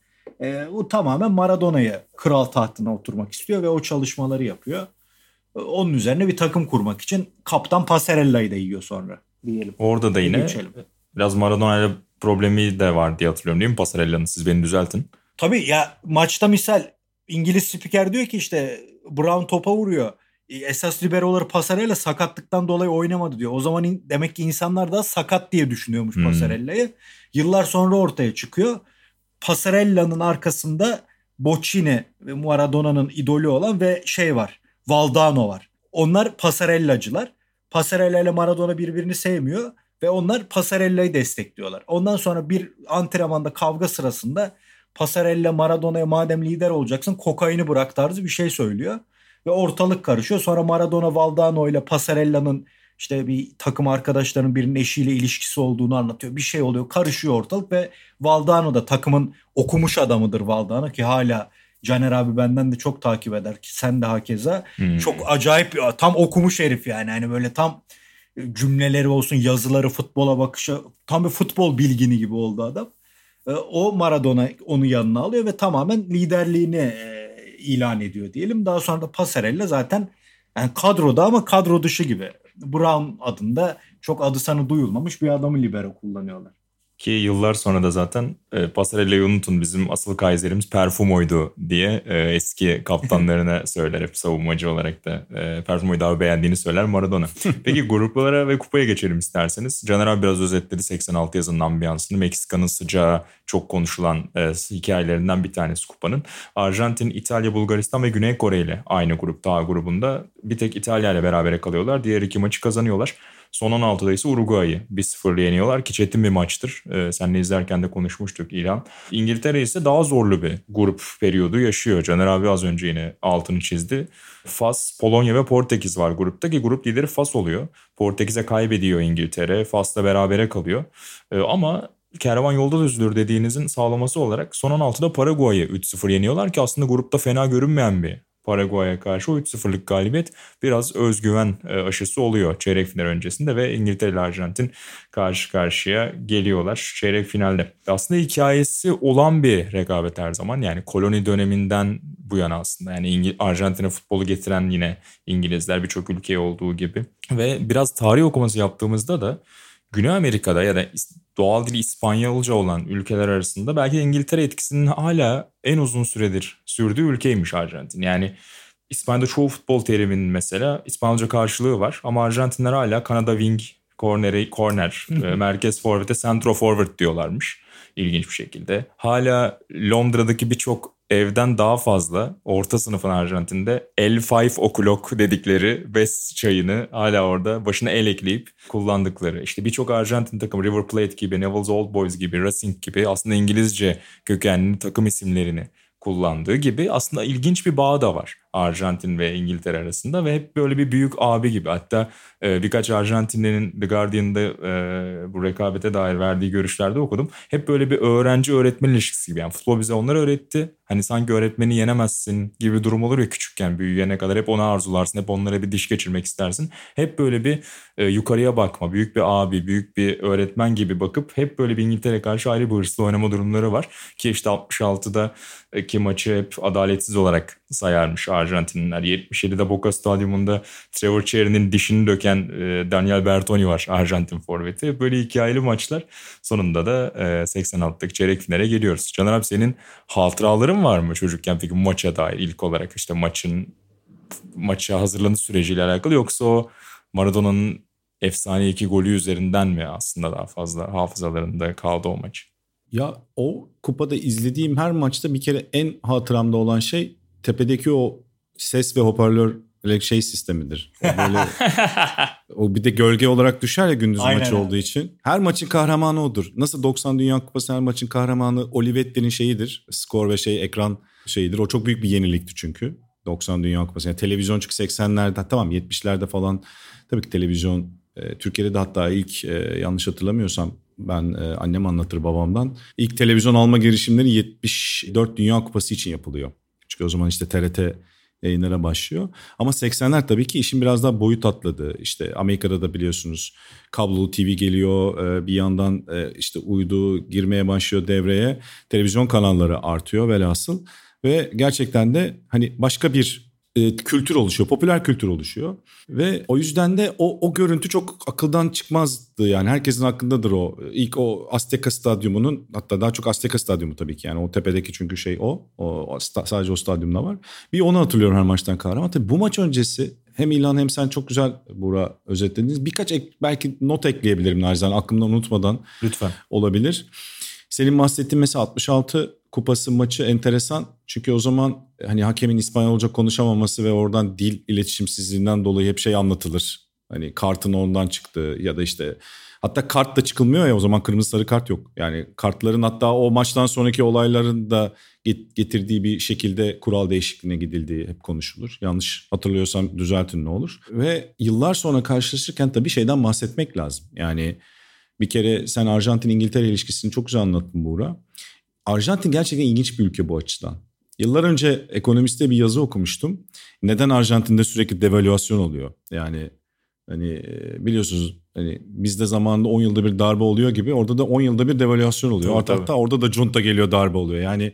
O tamamen Maradona'yı kral tahtına oturmak istiyor ve o çalışmaları yapıyor. Onun üzerine bir takım kurmak için kaptan Passarella'yı da yiyor sonra diyelim. Orada da yine geçelim. Biraz Maradona ile problemi de var diye hatırlıyorum değil mi Passarella'nın? Siz beni düzeltin. Tabii ya, maçta misal İngiliz spiker diyor ki işte Brown topa vuruyor. Esas liberoları Passarella sakatlıktan dolayı oynamadı diyor. O zaman demek ki insanlar da sakat diye düşünüyormuş Passarella'yı. Yıllar sonra ortaya çıkıyor. Passarella'nın arkasında Boccini ve Maradona'nın idolü olan ve var. Valdano var. Onlar Passarella'cılar. Passarella ile Maradona birbirini sevmiyor ve onlar Passarella'yı destekliyorlar. Ondan sonra bir antrenmanda kavga sırasında Passarella Maradona'ya madem lider olacaksın kokaini bırak tarzı bir şey söylüyor. Ve ortalık karışıyor. Sonra Maradona Valdano ile Passarella'nın işte bir takım arkadaşlarının birinin eşiyle ilişkisi olduğunu anlatıyor. Bir şey oluyor, karışıyor ortalık ve Valdano da takımın okumuş adamıdır Valdano ki hala Caner abi benden de çok takip eder ki sen de hakeza. Çok acayip tam okumuş herif yani. Hani böyle tam cümleleri olsun, yazıları, futbola bakışı tam bir futbol bilgini gibi oldu adam. O Maradona onu yanına alıyor ve tamamen liderliğini ilan ediyor diyelim. Daha sonra da Passarella zaten yani kadroda ama kadro dışı gibi. Brown adında çok adı sanı duyulmamış bir adamı libero kullanıyorlar. Ki yıllar sonra da zaten Passarella'yı unutun bizim asıl Kaiser'imiz Perfumo'ydu diye eski kaptanlarına söyler hep savunmacı olarak da. Perfumo'yu daha beğendiğini söyler Maradona. Peki gruplara ve kupaya geçelim isterseniz. Caner abi biraz özetledi 86 yazının ambiyansını. Meksika'nın sıcağı çok konuşulan hikayelerinden bir tanesi kupanın. Arjantin, İtalya, Bulgaristan ve Güney Kore ile aynı grupta A grubunda. Bir tek İtalya ile berabere kalıyorlar. Diğer iki maçı kazanıyorlar. Son 16'da ise Uruguay'ı 1-0'la yeniyorlar ki çetin bir maçtır. Seninle izlerken de konuşmuştuk İlhan. İngiltere ise daha zorlu bir grup periyodu yaşıyor. Caner abi az önce yine altını çizdi. Fas, Polonya ve Portekiz var grupta ki grup lideri Fas oluyor. Portekiz'e kaybediyor İngiltere. Fas'la berabere kalıyor. Ama kervan yolda düzülür dediğinizin sağlaması olarak son 16'da Paraguay'ı 3-0 yeniyorlar ki aslında grupta fena görünmeyen bir Paraguay'a karşı o 3-0'lık galibiyet biraz özgüven aşısı oluyor çeyrek final öncesinde ve İngiltere ile Arjantin karşı karşıya geliyorlar çeyrek finalde. Aslında hikayesi olan bir rekabet her zaman yani koloni döneminden bu yana aslında yani Arjantin'e futbolu getiren yine İngilizler birçok ülkeye olduğu gibi ve biraz tarih okuması yaptığımızda da Güney Amerika'da ya da doğal dili İspanyolca olan ülkeler arasında belki İngiltere etkisinin hala en uzun süredir sürdüğü ülkeymiş Arjantin. Yani İspanya'da çoğu futbol teriminin mesela İspanyolca karşılığı var ama Arjantinler hala Kanada wing, corner, merkez forvete centro forward diyorlarmış ilginç bir şekilde. Hala Londra'daki birçok evden daha fazla orta sınıfın Arjantin'de El5 O'Clock dedikleri West çayını hala orada başına el ekleyip kullandıkları. İşte birçok Arjantin takımı River Plate gibi, Newell's Old Boys gibi, Racing gibi aslında İngilizce kökenli takım isimlerini kullandığı gibi aslında ilginç bir bağ da var Arjantin ve İngiltere arasında ve hep böyle bir büyük abi gibi. Hatta birkaç Arjantinli'nin The Guardian'da bu rekabete dair verdiği görüşlerde okudum. Hep böyle bir öğrenci-öğretmen ilişkisi gibi. Yani futbol bize onları öğretti. Hani sanki öğretmeni yenemezsin gibi bir durum olur ya küçükken büyüyene kadar. Hep ona arzularsın, hep onlara bir diş geçirmek istersin. Hep böyle bir yukarıya bakma, büyük bir abi, büyük bir öğretmen gibi bakıp hep böyle bir İngiltere'ye karşı ayrı bir hırslı oynama durumları var. Ki işte 66'da ki maçı hep adaletsiz olarak sayarmış Arjantinliler. 77'de Boca Stadyumunda Trevor Cherry'nin dişini döken Daniel Bertoni var Arjantin forveti. Böyle hikayeli maçlar. Sonunda da 86'lık çeyrek finale geliyoruz. Caner abi senin hatıraların var mı çocukken peki maça dair ilk olarak işte maça hazırlanış süreciyle alakalı yoksa o Maradona'nın efsane 2 golü üzerinden mi aslında daha fazla hafızalarında kaldı o maç? Ya o kupada izlediğim her maçta bir kere en hatıramda olan şey tepedeki o ses ve hoparlör şey sistemidir. O böyle o bir de gölge olarak düşer ya gündüz Aynen maçı abi. olduğu için. Her maçın kahramanı odur. Nasıl 90 Dünya Kupası her maçın kahramanı Olivetti'nin şeyidir. Skor ve ekran şeyidir. O çok büyük bir yenilikti çünkü. 90 Dünya Kupası. Yani televizyon çünkü 80'lerde tamam 70'lerde falan tabii ki televizyon Türkiye'de de hatta ilk yanlış hatırlamıyorsam ben annem anlatır babamdan. İlk televizyon alma girişimleri 74 Dünya Kupası için yapılıyor. Çünkü o zaman işte TRT yayınlara başlıyor. Ama 80'ler tabii ki işin biraz daha boyut atladı. İşte Amerika'da da biliyorsunuz kablolu TV geliyor. Bir yandan işte uydu girmeye başlıyor devreye. Televizyon kanalları artıyor velhasıl. Ve gerçekten de hani başka bir kültür oluşuyor. Popüler kültür oluşuyor. Ve o yüzden de o görüntü çok akıldan çıkmazdı. Yani herkesin aklındadır o. İlk o Azteca Stadyumu'nun hatta daha çok Azteca Stadyumu tabii ki. Yani o tepedeki çünkü sadece o stadyumda var. Bir onu hatırlıyorum her maçtan kahraman. Tabii bu maç öncesi hem İlhan hem sen çok güzel Buğra özetlediniz. Birkaç belki not ekleyebilirim narizane aklımdan unutmadan. Lütfen. Olabilir. Senin bahsettiğin mesela 66 kupası maçı enteresan. Çünkü o zaman hani hakemin İspanyolca konuşamaması ve oradan dil iletişimsizliğinden dolayı hep şey anlatılır. Hani kartın ondan çıktı ya da işte hatta kart da çıkılmıyor ya o zaman kırmızı sarı kart yok. Yani kartların hatta o maçtan sonraki olayların da getirdiği bir şekilde kural değişikliğine gidildiği hep konuşulur. Yanlış hatırlıyorsam düzeltin ne olur. Ve yıllar sonra karşılaşırken tabii şeyden bahsetmek lazım. Yani bir kere sen Arjantin-İngiltere ilişkisini çok güzel anlattın Buğra. Arjantin gerçekten ilginç bir ülke bu açıdan. Yıllar önce Ekonomist'te bir yazı okumuştum. Neden Arjantin'de sürekli devalüasyon oluyor? Yani hani biliyorsunuz hani bizde zamanında 10 yılda bir darbe oluyor gibi orada da 10 yılda bir devalüasyon oluyor. Hatta orada da junta geliyor darbe oluyor. Yani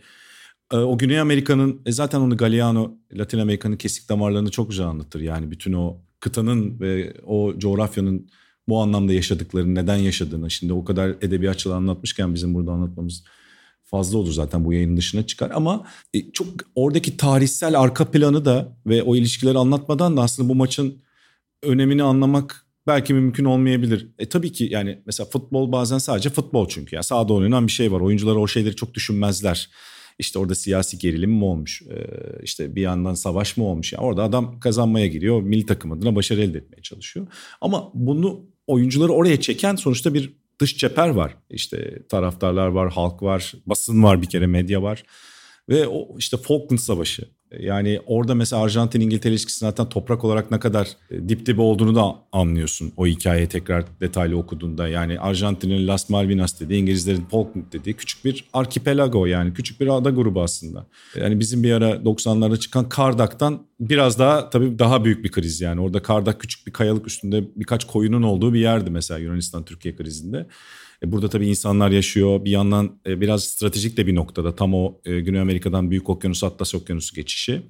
o Güney Amerika'nın zaten onu Galeano Latin Amerika'nın kesik damarlarını çok güzel anlatır. Yani bütün o kıtanın ve o coğrafyanın bu anlamda yaşadıklarını, neden yaşadığını şimdi o kadar edebiyatçılar anlatmışken bizim burada anlatmamız fazla olur zaten bu yayının dışına çıkar. Ama çok oradaki tarihsel arka planı da ve o ilişkileri anlatmadan da aslında bu maçın önemini anlamak belki mümkün olmayabilir. Tabii ki yani mesela futbol bazen sadece futbol çünkü. Yani sahada oynanan bir şey var. Oyuncular o şeyleri çok düşünmezler. İşte orada siyasi gerilim mi olmuş? İşte bir yandan savaş mı olmuş? Yani orada adam kazanmaya giriyor. Milli takım adına başarı elde etmeye çalışıyor. Ama bunu oyuncuları oraya çeken sonuçta bir dış cepher var. İşte taraftarlar var, halk var, basın var bir kere, medya var. Ve o işte Falkland Savaşı. Yani orada mesela Arjantin-İngiltere ilişkisi zaten toprak olarak ne kadar dip dibe olduğunu da anlıyorsun. O hikayeyi tekrar detaylı okuduğunda. Yani Arjantin'in Las Malvinas dediği, İngilizlerin Falkland dediği küçük bir arkipelago yani küçük bir ada grubu aslında. Yani bizim bir ara 90'larda çıkan Kardak'tan biraz daha tabii daha büyük bir kriz yani. Orada Kardak küçük bir kayalık üstünde birkaç koyunun olduğu bir yerdi mesela Yunanistan-Türkiye krizinde. Burada tabii insanlar yaşıyor. Bir yandan biraz stratejik de bir noktada. Tam o Güney Amerika'dan Büyük Okyanus, Atlas Okyanusu geçişi.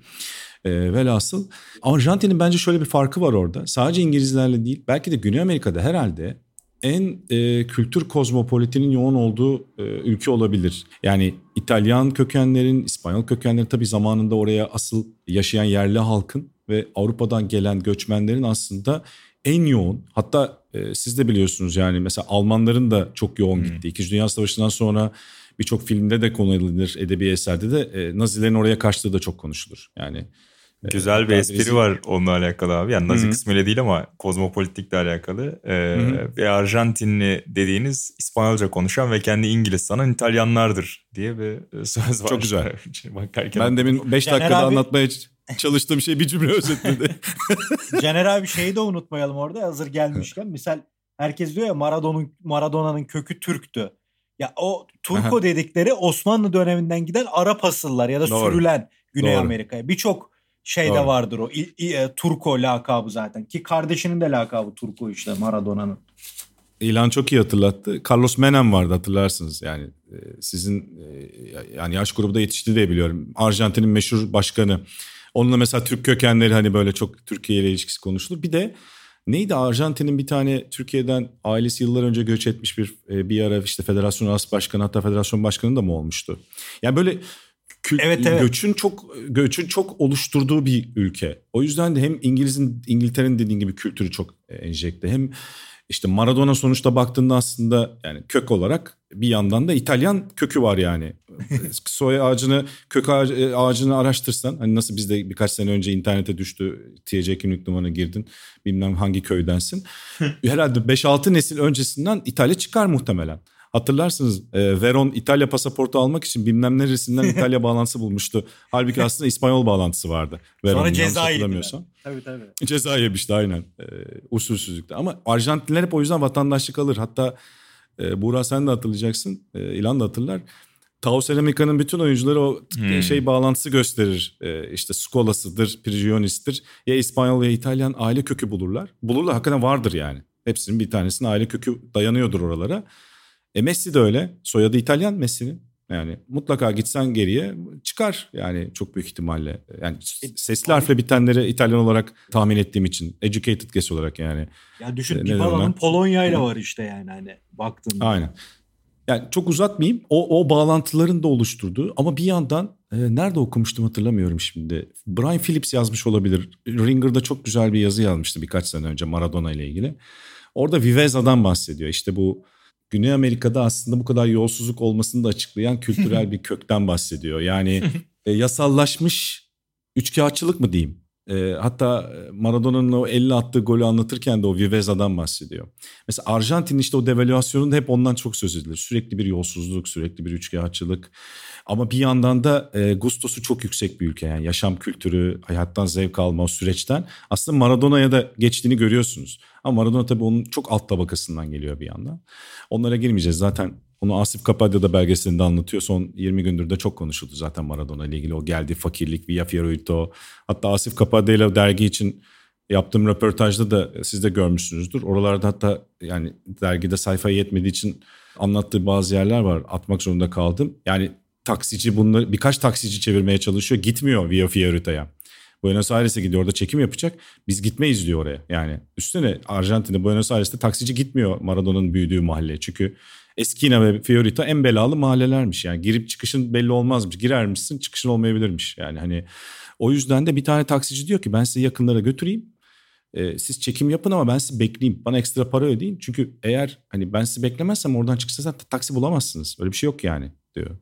Velhasıl Arjantin'in bence şöyle bir farkı var orada. Sadece İngilizlerle değil belki de Güney Amerika'da herhalde en kültür kozmopolitinin yoğun olduğu ülke olabilir. Yani İtalyan kökenlerin, İspanyol kökenlerin tabii zamanında oraya asıl yaşayan yerli halkın ve Avrupa'dan gelen göçmenlerin aslında en yoğun hatta siz de biliyorsunuz yani mesela Almanların da çok yoğun gittiği. İkinci Dünya Savaşı'ndan sonra birçok filmde de konu edilir, edebi eserde de Nazilerin oraya kaçtığı da çok konuşulur. Yani güzel bir espri var onunla alakalı abi. Yani Nazi kısmıyla değil ama kozmopolitikle alakalı. Ve Arjantinli dediğiniz İspanyolca konuşan ve kendi İngiliz sanan İtalyanlardır diye bir söz var. Çok güzel. Bakarken ben demin 5 dakikada anlatmaya çalıştığım şey bir cümle özetledi. Caner abi şeyi de unutmayalım orada hazır gelmişken. Misal herkes diyor ya Maradona'nın kökü Türktü. Ya o Turko dedikleri Osmanlı döneminden giden Arap asıllar ya da sürülen Güney Amerika'ya. Birçok şeyde vardır o Turko lakabı zaten. Ki kardeşinin de lakabı Turko işte Maradona'nın. İlhan çok iyi hatırlattı. Carlos Menem vardı hatırlarsınız. Yani sizin yani yaş grubunda yetişti diye biliyorum. Arjantin'in meşhur başkanı. Onunla mesela Türk kökenleri hani böyle çok Türkiye ile ilişkisi konuşulur. Bir de neydi Arjantin'in bir tane Türkiye'den ailesi yıllar önce göç etmiş bir ara işte federasyon as başkanı hatta federasyon başkanı da mı olmuştu? Yani böyle evet. Göçün çok oluşturduğu bir ülke. O yüzden de hem İngiltere'nin dediğin gibi kültürü çok enjekte hem İşte Maradona sonuçta baktığında aslında yani kök olarak bir yandan da İtalyan kökü var yani. Soya ağacını, kök ağacını araştırsan, hani nasıl bizde birkaç sene önce internete düştü, TC kimlik numaranı girdin, bilmem hangi köydensin. Herhalde 5-6 nesil öncesinden İtalya çıkar muhtemelen. Hatırlarsınız Veron İtalya pasaportu almak için bilmem neresinden İtalya bağlantısı bulmuştu. Halbuki aslında İspanyol bağlantısı vardı. Sonra ceza yediler. Tabii. Ceza yemişti aynen usulsüzlükte. Ama Arjantinler hep o yüzden vatandaşlık alır. Hatta Buğra sen de hatırlayacaksın, İlhan da hatırlar. Tau Ceramica'nın bütün oyuncuları o bağlantısı gösterir. İşte Scola'sıdır, Prigionis'tir. Ya İspanyol ya İtalyan aile kökü bulurlar. Bulurlar, hakikaten vardır yani. Hepsinin bir tanesinin aile kökü dayanıyordur oralara. Messi de öyle. Soyadı İtalyan Messi'nin. Yani mutlaka gitsen geriye çıkar yani çok büyük ihtimalle. Yani sesli harfle bitenleri İtalyan olarak tahmin ettiğim için. Educated guess olarak yani. Ya düşün Dybala'nın Polonya'yla var işte yani hani baktığında. Aynen. Yani çok uzatmayayım. O bağlantıların da oluşturduğu ama bir yandan nerede okumuştum hatırlamıyorum şimdi. Brian Phillips yazmış olabilir. Ringer'da çok güzel bir yazı yazmıştı birkaç sene önce Maradona ile ilgili. Orada Viveza'dan bahsediyor. İşte bu Güney Amerika'da aslında bu kadar yolsuzluk olmasını da açıklayan kültürel bir kökten bahsediyor. Yani yasallaşmış üçkağıtçılık mı diyeyim? Hatta Maradona'nın o 50 attığı golü anlatırken de o Viveza'dan bahsediyor. Mesela Arjantin işte o devalüasyonunda hep ondan çok söz edilir. Sürekli bir yolsuzluk, sürekli bir üçkağıtçılık. Ama bir yandan da gustosu çok yüksek bir ülke. Yani yaşam kültürü, hayattan zevk alma, o süreçten. Aslında Maradona'ya da geçtiğini görüyorsunuz. Ama Maradona tabii onun çok alt tabakasından geliyor bir yandan. Onlara girmeyeceğiz. Zaten onu Asif Kapadya da belgeselinde anlatıyor. Son 20 gündür de çok konuşuldu zaten Maradona ile ilgili. O geldiği fakirlik, Villa Fiorito. Hatta Asif Kapadya ile dergi için yaptığım röportajda da siz de görmüşsünüzdür. Oralarda hatta yani dergide sayfaya yetmediği için anlattığı bazı yerler var. Atmak zorunda kaldım. Yani taksici bunları birkaç taksici çevirmeye çalışıyor. Gitmiyor Villa Fiorito'ya. Buenos Aires'e gidiyor, orada çekim yapacak. Biz gitmeyiz diyor oraya. Yani üstüne Arjantin'de Buenos Aires'te taksici gitmiyor Maradona'nın büyüdüğü mahalleye. Çünkü Esquina ve Fiorito en belalı mahallelermiş. Yani girip çıkışın belli olmazmış. Girermişsin, çıkışın olmayabilirmiş. Yani hani o yüzden de bir tane taksici diyor ki ben sizi yakınlara götüreyim. Siz çekim yapın ama ben sizi bekleyeyim. Bana ekstra para ödeyin. Çünkü eğer hani ben sizi beklemezsem oradan çıkışta taksi bulamazsınız. Öyle bir şey yok yani diyor.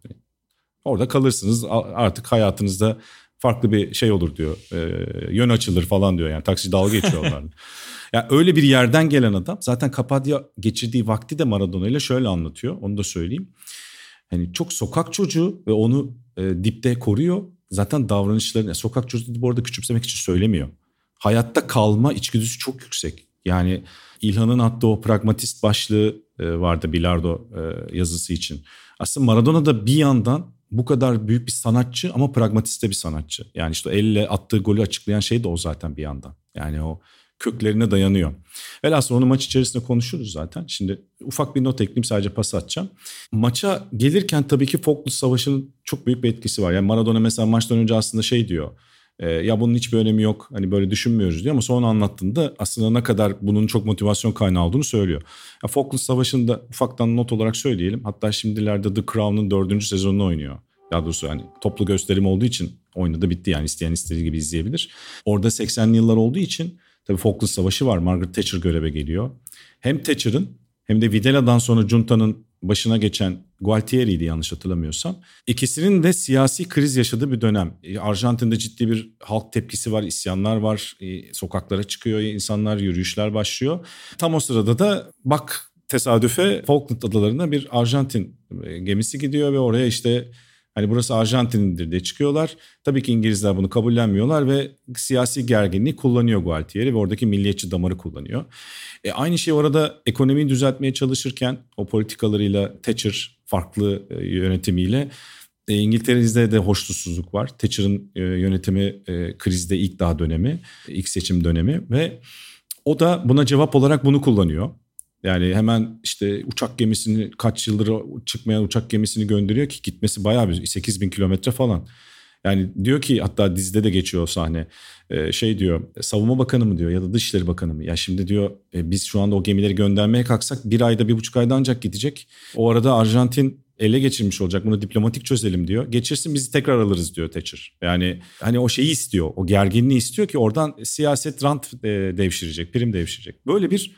Orada kalırsınız, artık hayatınızda farklı bir şey olur diyor. Yön açılır falan diyor yani. Taksi dalga geçiyor onlarla. Yani öyle bir yerden gelen adam zaten Kapadya geçirdiği vakti de Maradona ile şöyle anlatıyor. Onu da söyleyeyim. Hani çok sokak çocuğu ve onu dipte koruyor. Zaten davranışlarını sokak çocuğu bu arada küçümsemek için söylemiyor. Hayatta kalma içgüdüsü çok yüksek. Yani İlhan'ın attığı o pragmatist başlığı vardı Bilardo yazısı için. Aslında Maradona da bir yandan bu kadar büyük bir sanatçı ama pragmatist de bir sanatçı. Yani işte elle attığı golü açıklayan şey de o zaten bir yandan. Yani o köklerine dayanıyor. Velhasıl onu maç içerisinde konuşuruz zaten. Şimdi ufak bir not ekleyeyim, sadece pas atacağım. Maça gelirken tabii ki Falkland Savaşı'nın çok büyük bir etkisi var. Yani Maradona mesela maçtan önce aslında şey diyor. Ya bunun hiçbir önemi yok. Hani böyle düşünmüyoruz diyor ama sonra anlattığında aslında ne kadar bunun çok motivasyon kaynağı olduğunu söylüyor. Ya Falkland Savaşı'nda ufaktan not olarak söyleyelim. Hatta şimdilerde The Crown'un 4. sezonunu oynuyor. Daha doğrusu yani toplu gösterim olduğu için oynadı bitti yani isteyen istediği gibi izleyebilir. Orada 80'li yıllar olduğu için tabii Falkland Savaşı var. Margaret Thatcher göreve geliyor. Hem Thatcher'ın hem de Videla'dan sonra Junta'nın başına geçen Gualtieri'ydi yanlış hatırlamıyorsam. İkisinin de siyasi kriz yaşadığı bir dönem. Arjantin'de ciddi bir halk tepkisi var, isyanlar var. Sokaklara çıkıyor insanlar, yürüyüşler başlıyor. Tam o sırada da bak tesadüfe Falkland Adalarına bir Arjantin gemisi gidiyor ve oraya işte hani burası Arjantin'dir diye çıkıyorlar. Tabii ki İngilizler bunu kabullenmiyorlar ve siyasi gerginliği kullanıyor Gualtieri ve oradaki milliyetçi damarı kullanıyor. Aynı şey orada ekonomiyi düzeltmeye çalışırken o politikalarıyla Thatcher farklı yönetimiyle İngiltere'de de hoşnutsuzluk var. Thatcher'ın yönetimi krizde ilk daha dönemi, ilk seçim dönemi ve o da buna cevap olarak bunu kullanıyor. Yani hemen işte uçak gemisini kaç yıldır çıkmayan uçak gemisini gönderiyor ki gitmesi bayağı bir 8.000 kilometre falan. Yani diyor ki hatta dizide de geçiyor o sahne. Şey diyor savunma bakanı mı diyor ya da dışişleri bakanı mı? Ya şimdi diyor biz şu anda o gemileri göndermeye kalksak 1 ayda 1,5 ayda ancak gidecek. O arada Arjantin ele geçirmiş olacak, bunu diplomatik çözelim diyor. Geçirsin bizi tekrar alırız diyor Thatcher. Yani hani o şeyi istiyor, o gerginliği istiyor ki oradan siyaset rant devşirecek, prim devşirecek. Böyle bir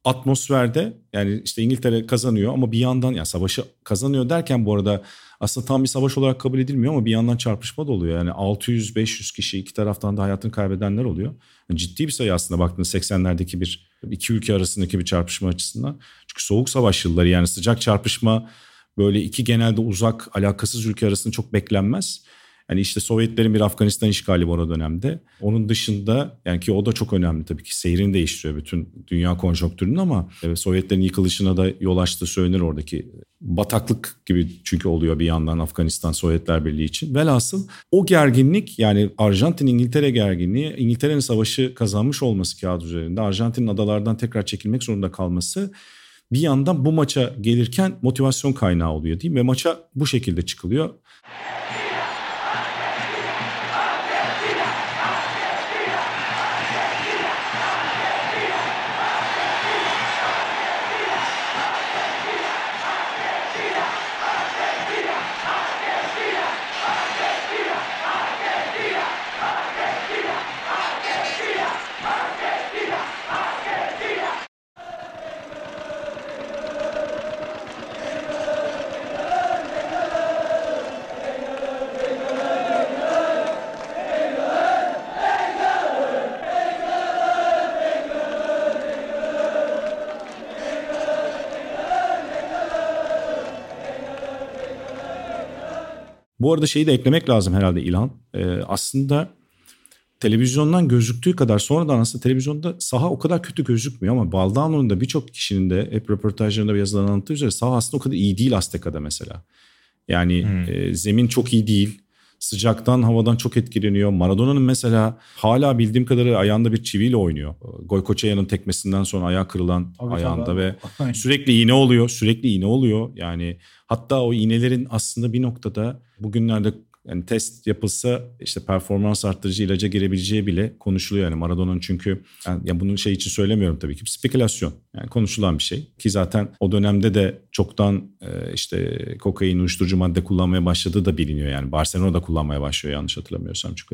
atmosferde yani işte İngiltere kazanıyor ama bir yandan yani savaşı kazanıyor derken bu arada aslında tam bir savaş olarak kabul edilmiyor ama bir yandan çarpışma da oluyor. Yani 600-500 kişi iki taraftan da hayatını kaybedenler oluyor. Yani ciddi bir sayı aslında baktığınız 80'lerdeki iki ülke arasındaki bir çarpışma açısından. Çünkü soğuk savaş yılları yani sıcak çarpışma böyle iki genelde uzak alakasız ülke arasında çok beklenmez. Yani işte Sovyetlerin bir Afganistan işgali var o dönemde. Onun dışında yani ki o da çok önemli tabii ki seyrini değiştiriyor bütün dünya konjonktürünün ama Sovyetlerin yıkılışına da yol açtığı söylenir oradaki bataklık gibi çünkü oluyor bir yandan Afganistan Sovyetler Birliği için. Velhasıl o gerginlik yani Arjantin-İngiltere gerginliği İngiltere'nin savaşı kazanmış olması kağıt üzerinde Arjantin'in adalardan tekrar çekilmek zorunda kalması bir yandan bu maça gelirken motivasyon kaynağı oluyor değil mi? Ve maça bu şekilde çıkılıyor. Bu arada şeyi de eklemek lazım herhalde İlhan. Aslında televizyondan gözüktüğü kadar sonradan aslında televizyonda saha o kadar kötü gözükmüyor ama Valdano'nun da birçok kişinin de hep röportajlarında ve yazılarında anlattığı üzere saha aslında o kadar iyi değil Azteka'da mesela. Yani zemin çok iyi değil. Sıcaktan, havadan çok etkileniyor. Maradona'nın mesela hala bildiğim kadarıyla ayağında bir çiviyle oynuyor. Goycochea'nın tekmesinden sonra ayağı kırılan ayağında ve sürekli iğne oluyor. Yani hatta o iğnelerin aslında bir noktada bugünlerde yani test yapılsa işte performans arttırıcı ilaca girebileceği bile konuşuluyor yani Maradona'nın çünkü yani bunun şey için söylemiyorum tabii ki spekülasyon yani konuşulan bir şey ki zaten o dönemde de çoktan işte kokain uyuşturucu madde kullanmaya başladığı da biliniyor yani Barcelona'da kullanmaya başlıyor yanlış hatırlamıyorsam çünkü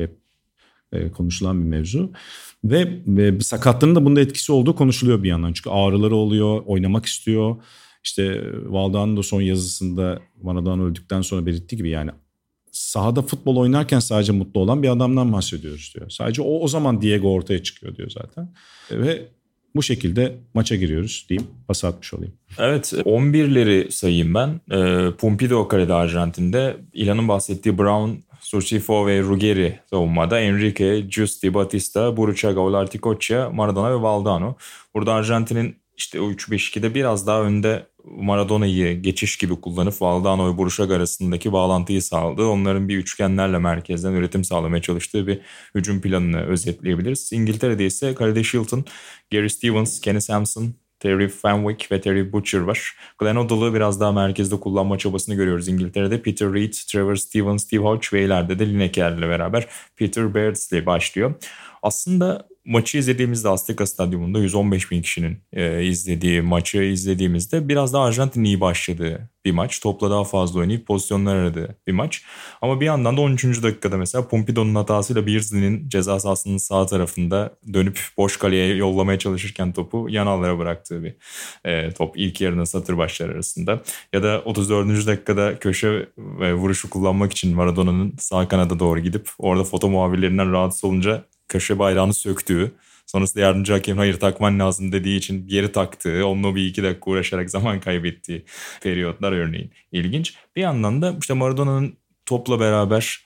hep konuşulan bir mevzu ve sakatlığının da bunda etkisi olduğu konuşuluyor bir yandan çünkü ağrıları oluyor oynamak istiyor işte Valdano'nun da son yazısında Maradona öldükten sonra belirttiği gibi yani sahada futbol oynarken sadece mutlu olan bir adamdan bahsediyoruz diyor. Sadece o zaman Diego ortaya çıkıyor diyor zaten. Ve bu şekilde maça giriyoruz diyeyim. Pas atmış olayım. Evet 11'leri sayayım ben. Pumpido kalede Arjantin'de. İlhan'ın bahsettiği Brown, Surcifo ve Ruggeri savunmada. Enrique, Justi, Batista, Burruchaga, Olarte-Cocha, Maradona ve Valdano. Burada Arjantin'in işte o 3-5-2'de biraz daha önde Maradona'yı geçiş gibi kullanıp Valdano ve Burruchaga arasındaki bağlantıyı sağladı. Onların bir üçgenlerle merkezden üretim sağlamaya çalıştığı bir hücum planını özetleyebiliriz. İngiltere'de ise kalede Shilton, Gary Stevens, Kenny Sampson, Terry Fenwick ve Terry Butcher var. Glenn Hoddle'ı biraz daha merkezde kullanma çabasını görüyoruz İngiltere'de. Peter Reid, Trevor Stevens, Steve Hodge ve ileride de Lineker'le beraber Peter Beardsley başlıyor. Aslında maçı izlediğimizde Azteca Stadyumunda 115 bin kişinin izlediği maçı izlediğimizde biraz daha Arjantin'in iyi başladığı bir maç. Topla daha fazla oynayıp pozisyonlar aradığı bir maç. Ama bir yandan da 13. dakikada mesela Pumpido'nun hatasıyla Beardsley'nin ceza sahasının sağ tarafında dönüp boş kaleye yollamaya çalışırken topu yan ağlara bıraktığı bir top ilk yarının satır başları arasında. Ya da 34. dakikada köşe ve vuruşu kullanmak için Maradona'nın sağ kanada doğru gidip orada foto muhabirlerinden rahatsız olunca köşe bayrağını söktüğü, sonrasında yardımcı hakemin hayır takman lazım dediği için geri taktığı, onunla bir iki dakika uğraşarak zaman kaybettiği periyotlar örneğin ilginç. Bir yandan da işte Maradona'nın topla beraber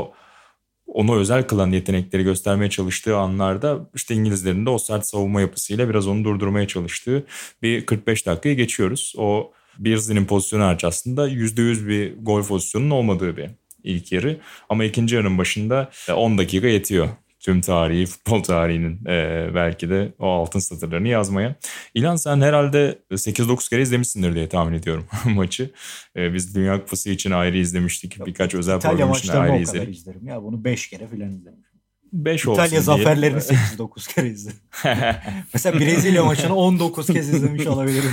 onu özel kılan yetenekleri göstermeye çalıştığı anlarda işte İngilizlerin de o sert savunma yapısıyla biraz onu durdurmaya çalıştığı bir 45 dakikayı geçiyoruz. O Beardsley'nin pozisyonu hariç aslında %100 bir gol pozisyonunun olmadığı bir ilk yarı. Ama ikinci yarının başında 10 dakika yetiyor. Tüm tarihi, futbol tarihinin belki de o altın satırlarını yazmaya. İlhan sen herhalde 8-9 kere izlemişsindir diye tahmin ediyorum maçı. Biz Dünya Kupası için ayrı izlemiştik. Birkaç özel program için ayrı izledik. İtalya maçlarını o kadar izlerim. Ya bunu 5 kere falan izlemişim. 5 olsun İtalya zaferlerini 8-9 kere izledim. Mesela Brezilya maçını 19 kez izlemiş olabilirim.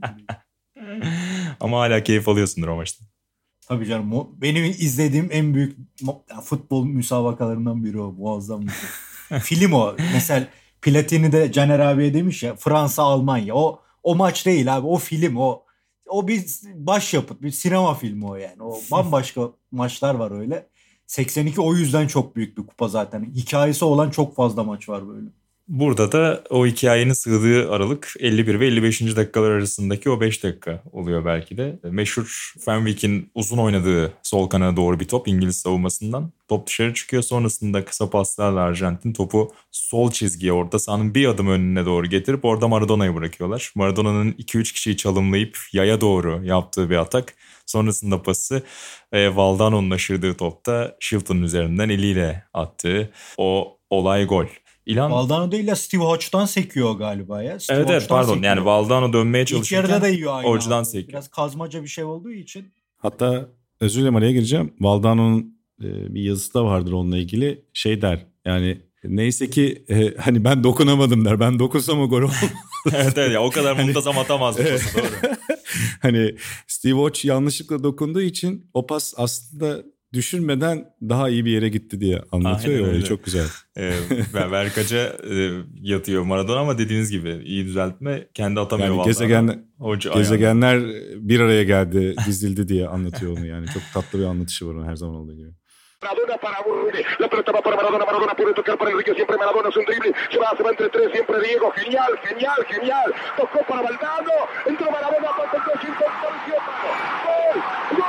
Ama hala keyif alıyorsundur o maçta. Tabii canım. Benim izlediğim en büyük futbol müsabakalarından biri o. Muazzam bir şey. Film o. Mesela Platini de Caner abiye demiş ya, Fransa Almanya. O maç değil abi, o film, o bir başyapıt, bir sinema filmi o yani. O bambaşka maçlar var öyle. 82 o yüzden çok büyük bir kupa zaten. Hikayesi olan çok fazla maç var böyle. Burada da o hikayenin sığdığı aralık 51 ve 55. dakikalar arasındaki o 5 dakika oluyor belki de. Meşhur Fenwick'in uzun oynadığı sol kanada doğru bir top İngiliz savunmasından. Top dışarı çıkıyor, sonrasında kısa paslarla Arjantin topu sol çizgiye, orta sahanın bir adım önüne doğru getirip orada Maradona'yı bırakıyorlar. Maradona'nın 2-3 kişiyi çalımlayıp yaya doğru yaptığı bir atak. Sonrasında pası Valdano'nun aşırdığı topta Shilton'un üzerinden eliyle attığı o olay gol. Valdano değil ya, Steve Hodge'dan sekiyor galiba ya. Evet pardon sekiyor. Yani Valdano dönmeye çalışırken İlk yarıda da yiyor aynı Hodge'dan sekiyor. Biraz kazmaca bir şey olduğu için. Hatta özür dilerim, araya gireceğim. Valdano'nun bir yazısı da vardır onunla ilgili. Şey der yani, neyse ki hani ben dokunamadım der. Ben dokunsam o gol olmaz. evet ya, o kadar muntazam atamazdı. Doğru. Hani Steve Hodge yanlışlıkla dokunduğu için o pas aslında düşürmeden daha iyi bir yere gitti diye anlatıyor ya, öyle çok güzel. Verkaca yatıyor Maradona ama dediğiniz gibi iyi düzeltme, kendi atamıyor yani vallahi. Gezegenler bir araya geldi, dizildi diye anlatıyor onu yani. Çok tatlı bir anlatışı var onun, her zaman olduğu gibi. Maradona para Burruti, la pelota va para Maradona puede tocar para Enrique, siempre Maradona es un drible, se va entre tres, siempre Diego, genial, tocó para Valdano, entró Maradona, tocó sin contorsión, gol,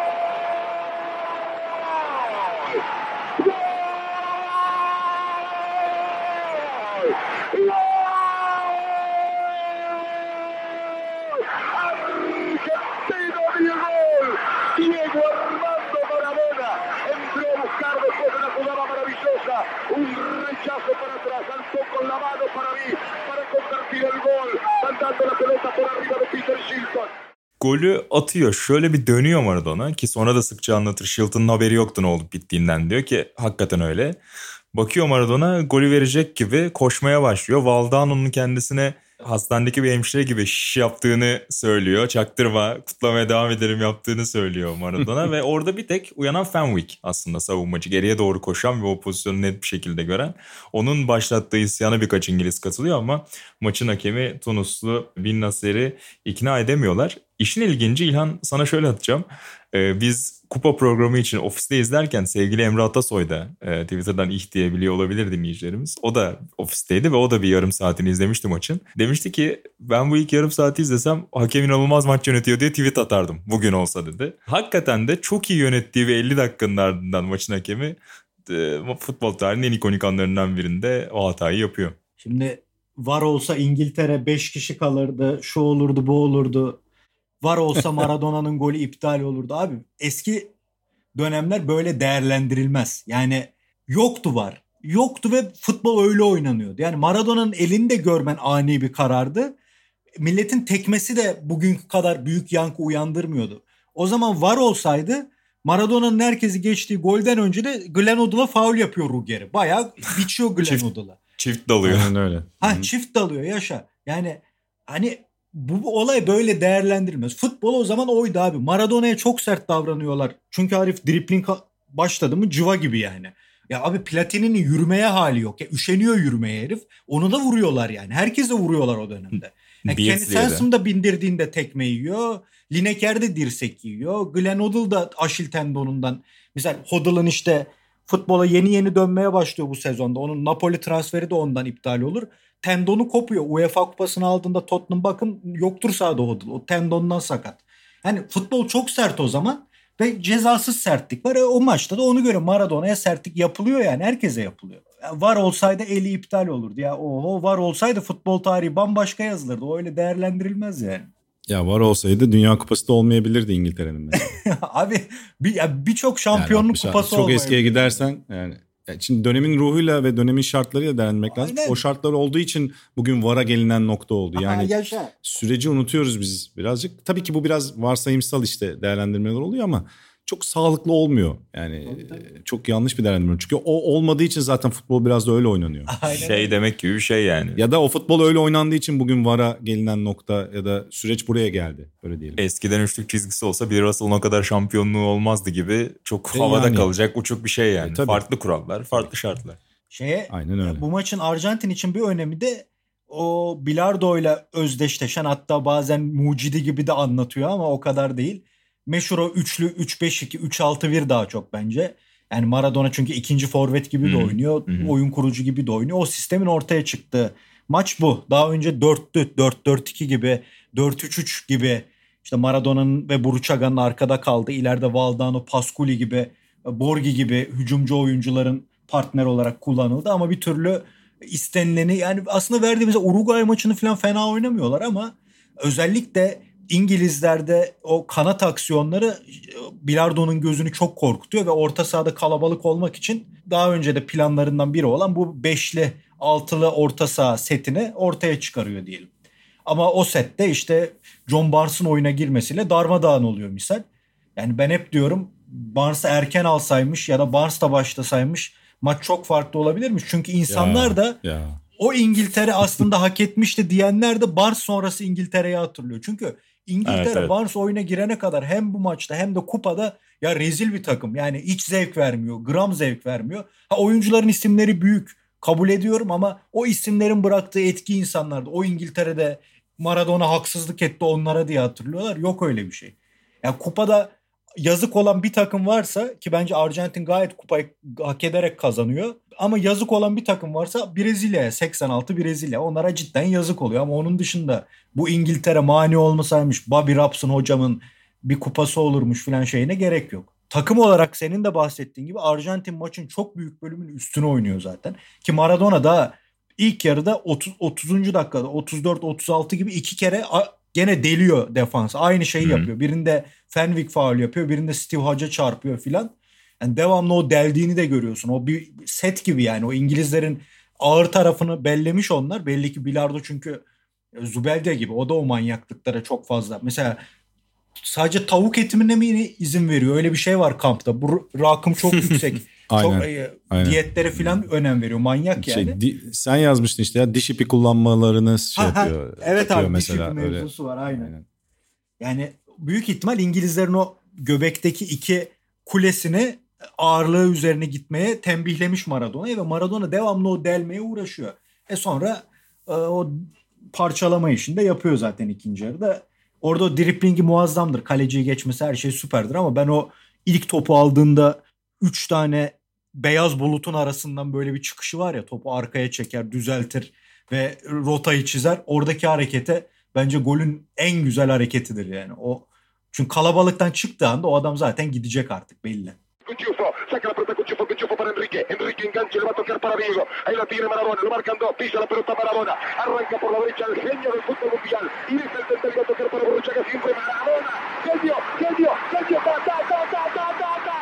Diego Armando Maradona entró a buscar después de una jugada maravillosa, un rechazo para atrás, saltó con la mano para mí, para convertir el gol, mandando la pelota por arriba de Peter Shilton. Golü atıyor. Şöyle bir dönüyor Maradona ki sonra da sıkça anlatır. Shilton'un haberi yoktu ne olup bittiğinden, diyor ki hakikaten öyle. Bakıyor Maradona golü verecek gibi koşmaya başlıyor. Valdano'nun kendisine hastanedeki bir hemşire gibi şiş yaptığını söylüyor. Çaktırma, kutlamaya devam edelim yaptığını söylüyor Maradona. Ve orada bir tek uyanan Fenwick aslında savunmacı. Geriye doğru koşan ve o pozisyonu net bir şekilde gören. Onun başlattığı isyana birkaç İngiliz katılıyor ama maçın hakemi Tunuslu Bin Nasser'i ikna edemiyorlar. İşin ilginci, İlhan, sana şöyle atacağım. Biz kupa programı için ofiste izlerken sevgili Emre Atasoy da Twitter'dan diyebiliyor olabilir dinleyicilerimiz. O da ofisteydi ve o da bir yarım saatini izlemişti maçın. Demişti ki ben bu ilk yarım saati izlesem hakem inanılmaz maç yönetiyor diye tweet atardım bugün olsa dedi. Hakikaten de çok iyi yönettiği ve 50 dakikanın ardından maçın hakemi futbol tarihinin en ikonik anlarından birinde o hatayı yapıyor. Şimdi var olsa İngiltere 5 kişi kalırdı, şu olurdu bu olurdu. Var olsa Maradona'nın golü iptal olurdu. Abi eski dönemler böyle değerlendirilmez. Yani yoktu var. Yoktu ve futbol öyle oynanıyordu. Yani Maradona'nın elini de görmen ani bir karardı. Milletin tekmesi de bugünkü kadar büyük yankı uyandırmıyordu. O zaman var olsaydı Maradona'nın herkesi geçtiği golden önce de Glenn Hoddle'a faul yapıyor Ruggeri. Bayağı biçiyor Glenn Hoddle'a. Çift dalıyor. Aynen öyle. Çift dalıyor, yaşa. Yani hani bu olay böyle değerlendirilmez. Futbol o zaman oydu abi. Maradona'ya çok sert davranıyorlar. Çünkü herif dribling başladı mı cıva gibi yani. Ya abi Platini'nin yürümeye hali yok. Ya üşeniyor yürümeye herif. Onu da vuruyorlar yani. Herkese vuruyorlar o dönemde. Yani Kenny Sansom da bindirdiğinde tekme yiyor. Lineker de dirsek yiyor. Glenn Hoddle da Aşil tendonundan. Mesela Hoddle'ın işte futbola yeni dönmeye başlıyor bu sezonda. Onun Napoli transferi de ondan iptal olur. Tendonu kopuyor. UEFA kupasını aldığında Tottenham bakın yoktur sahada Hoddle. O tendondan sakat. Yani futbol çok sert o zaman ve cezasız sertlik var. O maçta da onu göre Maradona'ya sertlik yapılıyor yani. Herkese yapılıyor. Yani var olsaydı eli iptal olurdu. Ya var olsaydı futbol tarihi bambaşka yazılırdı. O öyle değerlendirilmez yani. Ya var olsaydı Dünya Kupası da olmayabilirdi İngiltere'nin. Abi birçok şampiyonluk kupası olmayabilir. Çok eskiye gidersen yani. Şimdi dönemin ruhuyla ve dönemin şartlarıyla değerlendirmek lazım. O şartlar olduğu için bugün VAR'a gelinen nokta oldu. Yani süreci unutuyoruz biz birazcık. Tabii ki bu biraz varsayımsal işte değerlendirmeler oluyor ama çok sağlıklı olmuyor. Yani çok yanlış bir değerlendirme. Çünkü o olmadığı için zaten futbol biraz da öyle oynanıyor. Demek gibi bir şey yani. Ya da o futbol öyle oynandığı için bugün VAR'a gelinen nokta ya da süreç buraya geldi. Öyle diyelim. Eskiden üçlük çizgisi olsa Bill Russell'ın o kadar şampiyonluğu olmazdı gibi çok havada kalacak uçuk bir şey yani. Tabii. Farklı kurallar, farklı şartlar. Aynen öyle. Bu maçın Arjantin için bir önemi de o bilardoyla özdeşleşen, hatta bazen mucidi gibi de anlatıyor ama o kadar değil. Meşhur o üçlü 3-5-2, 3-6-1 daha çok bence. Yani Maradona çünkü ikinci forvet gibi de oynuyor. Oyun kurucu gibi de oynuyor. O sistemin ortaya çıktığı maç bu. Daha önce 4-4-2 gibi, 4-3-3 gibi, işte Maradona'nın ve Burruchaga'nın arkada kaldığı, ileride Valdano, Pascoli gibi, Borghi gibi hücumcu oyuncuların partner olarak kullanıldı ama bir türlü istenileni, yani aslında verdiğimiz Uruguay maçını falan fena oynamıyorlar ama özellikle İngilizlerde o kanat aksiyonları Bilardo'nun gözünü çok korkutuyor ve orta sahada kalabalık olmak için daha önce de planlarından biri olan bu beşli altılı orta saha setini ortaya çıkarıyor diyelim. Ama o sette işte John Barnes'ın oyuna girmesiyle darmadağın oluyor misal. Yani ben hep diyorum Barnes'ı erken alsaymış ya da Barnes da başlasaymış maç çok farklı olabilirmiş. Çünkü insanlar da o İngiltere aslında hak etmişti diyenler de Barnes sonrası İngiltere'yi hatırlıyor. Çünkü İngiltere Barnes oyuna girene kadar hem bu maçta hem de kupada ya rezil bir takım. Yani hiç zevk vermiyor, gram zevk vermiyor. Oyuncuların isimleri büyük, kabul ediyorum ama o isimlerin bıraktığı etki insanlarda. O İngiltere'de Maradona haksızlık etti onlara diye hatırlıyorlar. Yok öyle bir şey. Yani kupada yazık olan bir takım varsa, ki bence Arjantin gayet kupayı hak ederek kazanıyor. Ama yazık olan bir takım varsa Brezilya'ya, 86 Brezilya. Onlara cidden yazık oluyor ama onun dışında bu İngiltere mani olmasaymış, Bobby Robson hocamın bir kupası olurmuş falan şeyine gerek yok. Takım olarak senin de bahsettiğin gibi Arjantin maçın çok büyük bölümünün üstüne oynuyor zaten. Ki Maradona da ilk yarıda 30. dakikada 34-36 gibi iki kere gene deliyor defans. Aynı şeyi yapıyor. Birinde Fenwick faul yapıyor. Birinde Steve Hodge'a çarpıyor filan. Yani devamlı o deldiğini de görüyorsun. O bir set gibi yani. O İngilizlerin ağır tarafını bellemiş onlar. Belli ki Bilardo çünkü Zubeldia gibi. O da o manyaklıklara çok fazla. Mesela sadece tavuk etimine mi izin veriyor? Öyle bir şey var kampta. Bu rakım çok yüksek. Çok diyetlere falan önem veriyor. Manyak yani. Sen yazmıştın işte ya, diş ipi kullanmalarını yapıyor. Evet abi, mesela diş ipi mevzusu var aynen. Yani büyük ihtimal İngilizlerin o göbekteki iki kulesini ağırlığı üzerine gitmeye tembihlemiş Maradona'yı ve Maradona devamlı o delmeye uğraşıyor. Sonra o parçalama işini de yapıyor zaten ikinci yarıda. Orada o driplingi muazzamdır. Kaleciyi geçmesi her şey süperdir ama ben o ilk topu aldığında 3 tane beyaz bulutun arasından böyle bir çıkışı var ya, topu arkaya çeker, düzeltir ve rotayı çizer. Oradaki harekete bence golün en güzel hareketidir yani. O çünkü kalabalıktan çıktığı anda o adam zaten gidecek artık belli. Cuffo, saca la pelota Cuffo para Enrique. Enrique engancha, le va a tocar para Diego. Ahí la tiene Maradona, lo marcan dos, pisa la pelota Maradona. Arranca por la derecha el genio del fútbol mundial. Y es el tercero, va a tocar para Burruchaga, siempre Maradona. Genio, ta.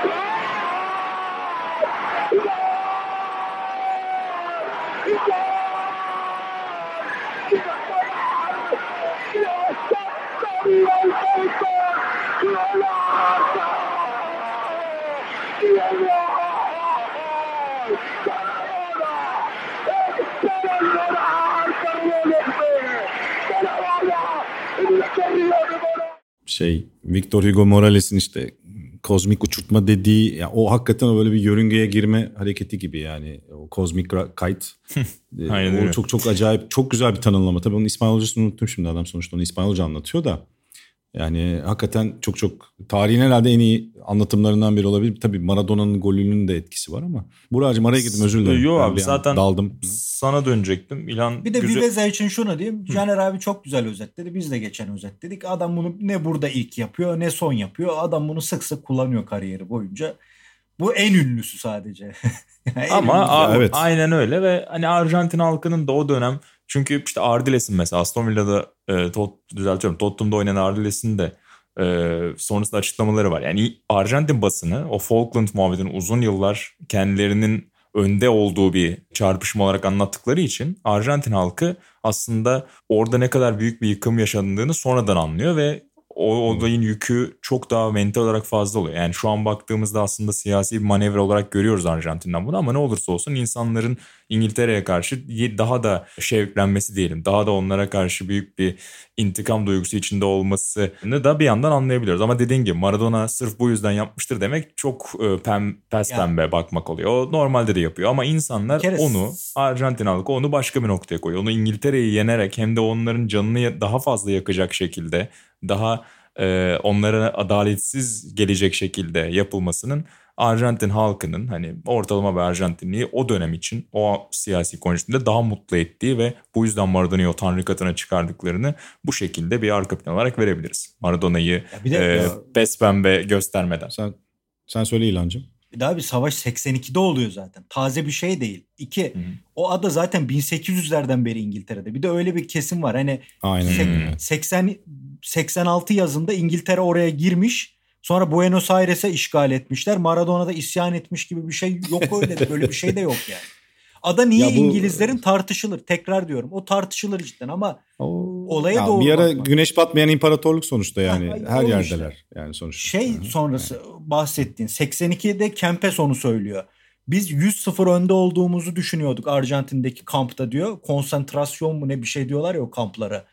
Victor Hugo Morales'in işte kozmik uçurtma dediği, yani o hakikaten böyle bir yörüngeye girme hareketi gibi yani, o kozmik kite. Aynen o çok acayip, çok güzel bir tanımlama. Tabii onun İspanyolcasını unuttum şimdi, adam sonuçta onu İspanyolca anlatıyor da. Yani hakikaten çok tarihin herhalde en iyi anlatımlarından biri olabilir. Tabii Maradona'nın golünün de etkisi var ama. Buracığım araya girdim, özür dilerim. Yok abi, zaten daldım. Sana dönecektim. İlhan bir de Viveza için şunu diyeyim. Caner abi çok güzel özetledi. Biz de geçen özetledik. Adam bunu ne burada ilk yapıyor ne son yapıyor. Adam bunu sık sık kullanıyor kariyeri boyunca. Bu en ünlüsü sadece. Ama evet. Aynen öyle ve hani Arjantin halkının da o dönem, çünkü işte Ardiles'in mesela Aston Villa'da Tottenham'da oynayan Ardiles'in de sonrasında açıklamaları var. Yani Arjantin basını o Falkland muhabbetini uzun yıllar kendilerinin önde olduğu bir çarpışma olarak anlattıkları için Arjantin halkı aslında orada ne kadar büyük bir yıkım yaşandığını sonradan anlıyor ve o olayın yükü çok daha mental olarak fazla oluyor. Yani şu an baktığımızda aslında siyasi bir manevra olarak görüyoruz Arjantin'den bunu, ama ne olursa olsun insanların İngiltere'ye karşı daha da şevklenmesi diyelim. Daha da onlara karşı büyük bir intikam duygusu içinde olmasını da bir yandan anlayabiliyoruz. Ama dediğin gibi Maradona sırf bu yüzden yapmıştır demek çok pembe bakmak oluyor. O normalde de yapıyor ama insanlar onu, Arjantin halkı onu başka bir noktaya koyuyor. Onu İngiltere'yi yenerek hem de onların canını daha fazla yakacak şekilde, daha onlara adaletsiz gelecek şekilde yapılmasının Arjantin halkının hani ortalama bir Arjantinliği o dönem için o siyasi konjonktürde daha mutlu ettiği ve bu yüzden Maradona'yı o tanrı katına çıkardıklarını bu şekilde bir arka plan olarak verebiliriz. Maradona'yı pembe göstermeden. Sen söyle İlhancığım. Bir daha bir savaş 82'de oluyor zaten. Taze bir şey değil. O ada zaten 1800'lerden beri İngiltere'de. Bir de öyle bir kesim var. Hani 86 yazında İngiltere oraya girmiş. Sonra Buenos Aires'e işgal etmişler. Maradona da isyan etmiş gibi bir şey yok öyle. Böyle bir şey de yok yani. Ada niye İngilizlerin tartışılır. Tekrar diyorum. O tartışılır cidden ama olaya doğru. Bir ara güneş batmayan imparatorluk sonuçta yani. Her yerdeler işte. Yani sonuçta. Sonrası bahsettiğin 82'de Kempes onu söylüyor. Biz 100-0 önde olduğumuzu düşünüyorduk Arjantin'deki kampta diyor. Konsantrasyon mu ne bir şey diyorlar ya o kamplara.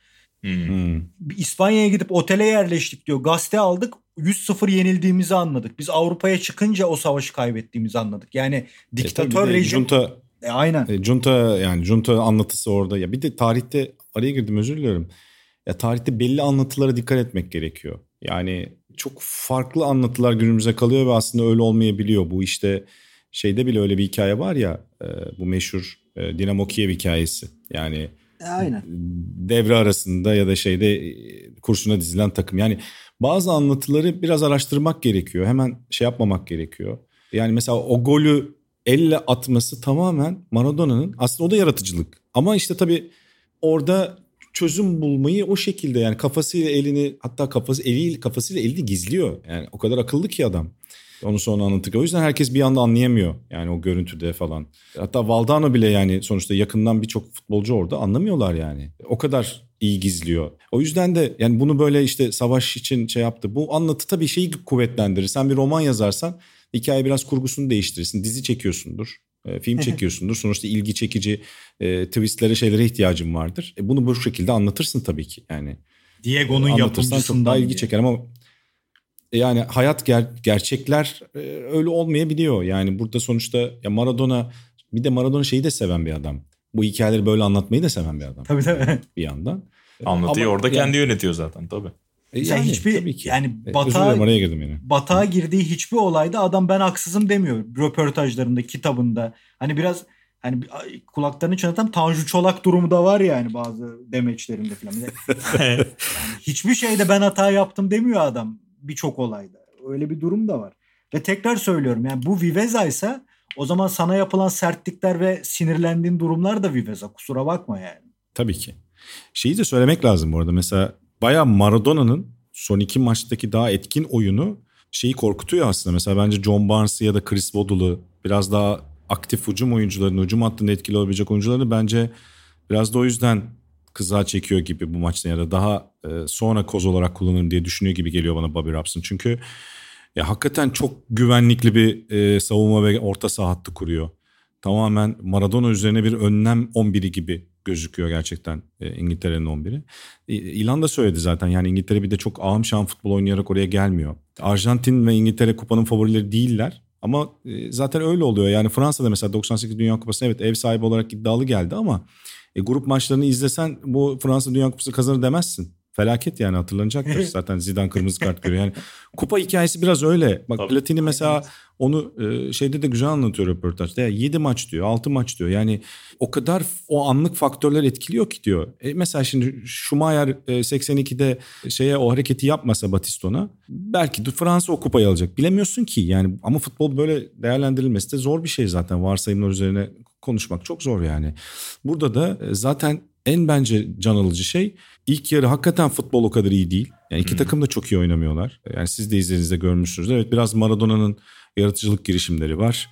İspanya'ya gidip otele yerleştik diyor. Gazete aldık. 100-0 yenildiğimizi anladık. Biz Avrupa'ya çıkınca o savaşı kaybettiğimizi anladık. Yani diktatör rejim. Aynen. Junta anlatısı orada. Ya bir de tarihte araya girdim özür diliyorum. Ya tarihte belli anlatılara dikkat etmek gerekiyor. Yani çok farklı anlatılar günümüze kalıyor ve aslında öyle olmayabiliyor. Bu işte şeyde bile öyle bir hikaye var ya, bu meşhur Dinamo Kiev hikayesi. Yani aynen. Devre arasında ya da şeyde kursuna dizilen takım. Yani bazı anlatıları biraz araştırmak gerekiyor. Hemen şey yapmamak gerekiyor. Yani mesela o golü elle atması tamamen Maradona'nın, aslında o da yaratıcılık. Ama işte tabii orada çözüm bulmayı o şekilde, yani kafasıyla elini, hatta kafasıyla elini gizliyor. Yani o kadar akıllı ki adam. Onu sonra anlattık. O yüzden herkes bir anda anlayamıyor yani o görüntüde falan. Hatta Valdano bile, yani sonuçta yakından birçok futbolcu orada anlamıyorlar yani. O kadar iyi gizliyor. O yüzden de yani bunu böyle işte savaş için şey yaptı. Bu anlatı tabii şeyi kuvvetlendirir. Sen bir roman yazarsan hikaye biraz kurgusunu değiştirirsin. Dizi çekiyorsundur. Film çekiyorsundur. Sonuçta ilgi çekici twistlere, şeylere ihtiyacın vardır. Bunu bu şekilde anlatırsın tabii ki. Yani Diego'nun yapımcısından çok daha ilgi çeker ama yani hayat gerçekler öyle olmayabiliyor. Yani burada sonuçta ya Maradona, bir de Maradona şeyi de seven bir adam. Bu hikayeleri böyle anlatmayı da seven bir adam. Tabii. Bir yandan. Anlatıyı ama orada kendi yönetiyor zaten tabii. Yani tabii ki. Yani batağa girdiği hiçbir olayda adam ben haksızım demiyor. Röportajlarında, kitabında. Hani biraz hani kulaklarını çınlatan Tanju Çolak durumu da var yani bazı demeçlerinde falan. Yani hiçbir şeyde ben hata yaptım demiyor adam birçok olayda. Öyle bir durum da var. Ve tekrar söylüyorum yani bu Viveza ise o zaman sana yapılan sertlikler ve sinirlendiğin durumlar da Viveza. Kusura bakma yani. Tabii ki. Şeyi de söylemek lazım bu arada. Mesela bayağı Maradona'nın son 2 maçtaki daha etkin oyunu şeyi korkutuyor aslında. Mesela bence John Barnes'ı ya da Chris Waddle'ı, biraz daha aktif hücum oyuncularını, hücum hattında etkili olabilecek oyuncularını bence biraz da o yüzden kıza çekiyor gibi bu maçta, ya da daha sonra koz olarak kullanırım diye düşünüyor gibi geliyor bana Bobby Robson. Çünkü ya hakikaten çok güvenlikli bir savunma ve orta saha hattı kuruyor. Tamamen Maradona üzerine bir önlem 11'i gibi gözüküyor gerçekten İngiltere'nin 11'i. İlhan da söyledi zaten, yani İngiltere bir de çok ağam şahım futbol oynayarak oraya gelmiyor. Arjantin ve İngiltere kupanın favorileri değiller ama zaten öyle oluyor. Yani Fransa'da mesela 98 Dünya Kupası'na evet ev sahibi olarak iddialı geldi ama grup maçlarını izlesen bu Fransa Dünya Kupası kazanır demezsin. Felaket yani, hatırlanacaktır. Zaten Zidane kırmızı kart görüyor. Yani kupa hikayesi biraz öyle. Bak tabii. Platini mesela onu şeyde de güzel anlatıyor röportajda. 7 maç diyor, 6 maç diyor. Yani o kadar o anlık faktörler etkiliyor ki diyor. Mesela şimdi Schumacher 82'de o hareketi yapmasa Batiston'a belki de Fransa o kupayı alacak. Bilemiyorsun ki yani, ama futbol böyle değerlendirilmesi de zor bir şey zaten. Varsayımlar üzerine konuşmak çok zor yani. Burada da zaten en bence can alıcı şey, ilk yarı hakikaten futbol o kadar iyi değil. Yani iki takım da çok iyi oynamıyorlar. Yani siz de izlediğinizde görmüşsünüz. Evet, biraz Maradona'nın yaratıcılık girişimleri var.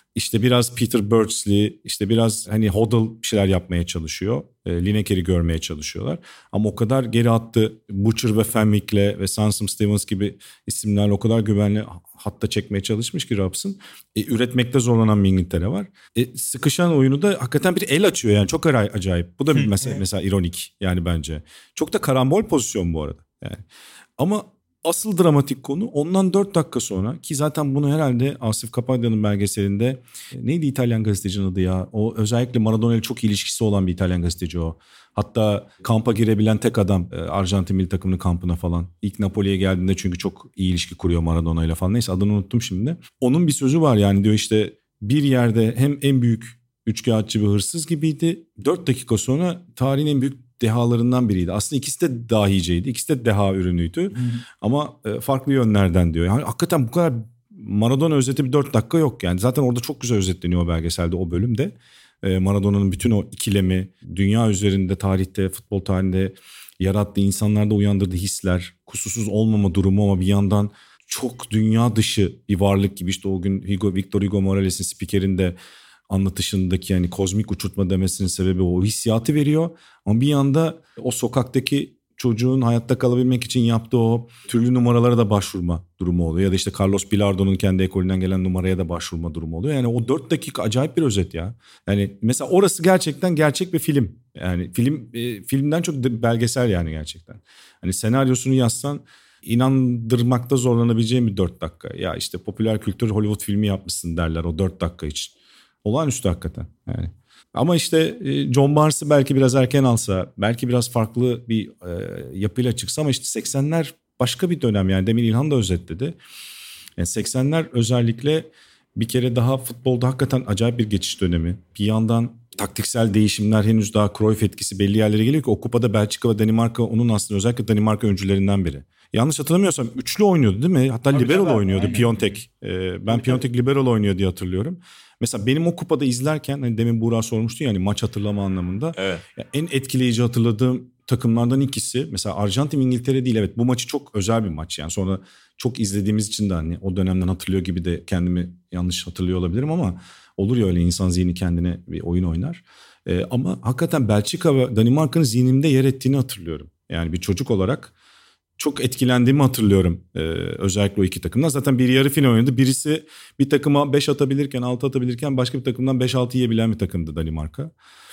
İşte biraz Peter Birchley, işte biraz hani Hoddle bir şeyler yapmaya çalışıyor. Lineker'i görmeye çalışıyorlar. Ama o kadar geri attı. Butcher ve Fenwick'le ve Sansom Stevens gibi isimlerle o kadar güvenli hatta çekmeye çalışmış ki Robson. Üretmekte zorlanan bir İngiltere var. Sıkışan oyunu da hakikaten bir el açıyor yani. Çok acayip. Bu da bir mesela ironik yani bence. Çok da karambol pozisyon bu arada. Yani. Ama asıl dramatik konu ondan 4 dakika sonra ki zaten bunu herhalde Asif Kapadya'nın belgeselinde neydi İtalyan gazetecinin adı ya? O özellikle Maradona ile çok ilişkisi olan bir İtalyan gazeteci o. Hatta kampa girebilen tek adam Arjantin milli takımının kampına falan. İlk Napoli'ye geldiğinde çünkü çok iyi ilişki kuruyor Maradona ile falan. Neyse adını unuttum şimdi. Onun bir sözü var yani diyor işte bir yerde hem en büyük üçkağıtçı bir hırsız gibiydi. 4 dakika sonra tarihin en büyük dehalarından biriydi. Aslında ikisi de dahiceydi. İkisi de deha ürünüydü. Ama farklı yönlerden diyor. Yani hakikaten bu kadar Maradona özeti bir 4 dakika yok yani. Zaten orada çok güzel özetleniyor o belgeselde o bölümde. Maradona'nın bütün o ikilemi, dünya üzerinde, tarihte, futbol tarihinde yarattığı, insanlarda uyandırdığı hisler, kusursuz olmama durumu ama bir yandan çok dünya dışı bir varlık gibi. İşte o gün Victor Hugo Morales'in spikerinde anlatışındaki yani kozmik uçurtma demesinin sebebi o hissiyatı veriyor. Ama bir yanda o sokaktaki çocuğun hayatta kalabilmek için yaptığı o türlü numaralara da başvurma durumu oluyor. Ya da işte Carlos Bilardo'nun kendi ekolünden gelen numaraya da başvurma durumu oluyor. Yani o 4 dakika acayip bir özet ya. Yani mesela orası gerçekten gerçek bir film. Yani filmden çok belgesel yani gerçekten. Hani senaryosunu yazsan inandırmakta zorlanabileceğim bir 4 dakika. Ya işte popüler kültür Hollywood filmi yapmışsın derler o 4 dakika için. Olağanüstü hakikaten yani. Ama işte John Barnes'ı belki biraz erken alsa, belki biraz farklı bir yapıyla çıksa ama işte 80'ler başka bir dönem yani demin İlhan da özetledi. Yani 80'ler özellikle bir kere daha futbolda hakikaten acayip bir geçiş dönemi. Bir yandan taktiksel değişimler henüz daha Cruyff etkisi belli yerlere geliyor ki o kupada Belçika ve Danimarka onun aslında özellikle Danimarka öncülerinden biri. Yanlış hatırlamıyorsam üçlü oynuyordu değil mi? Hatta libero oynuyordu Piontek. Ben Piontek libero oynuyor diye hatırlıyorum. Mesela benim o kupada izlerken hani demin Buğra sormuştu ya hani maç hatırlama anlamında. Evet. En etkileyici hatırladığım takımlardan ikisi mesela Arjantin İngiltere değil, evet bu maçı çok özel bir maç yani sonra çok izlediğimiz için de hani o dönemden hatırlıyor gibi de kendimi yanlış hatırlıyor olabilirim ama olur ya öyle insan zihni kendine bir oyun oynar. Ama hakikaten Belçika ve Danimarka'nın zihnimde yer ettiğini hatırlıyorum. Yani bir çocuk olarak çok etkilendiğimi hatırlıyorum özellikle o iki takımdan. Zaten biri yarı final oynadı. Birisi bir takıma 5 atabilirken 6 atabilirken başka bir takımdan 5-6 yiyebilen bir takımdı Danimarka.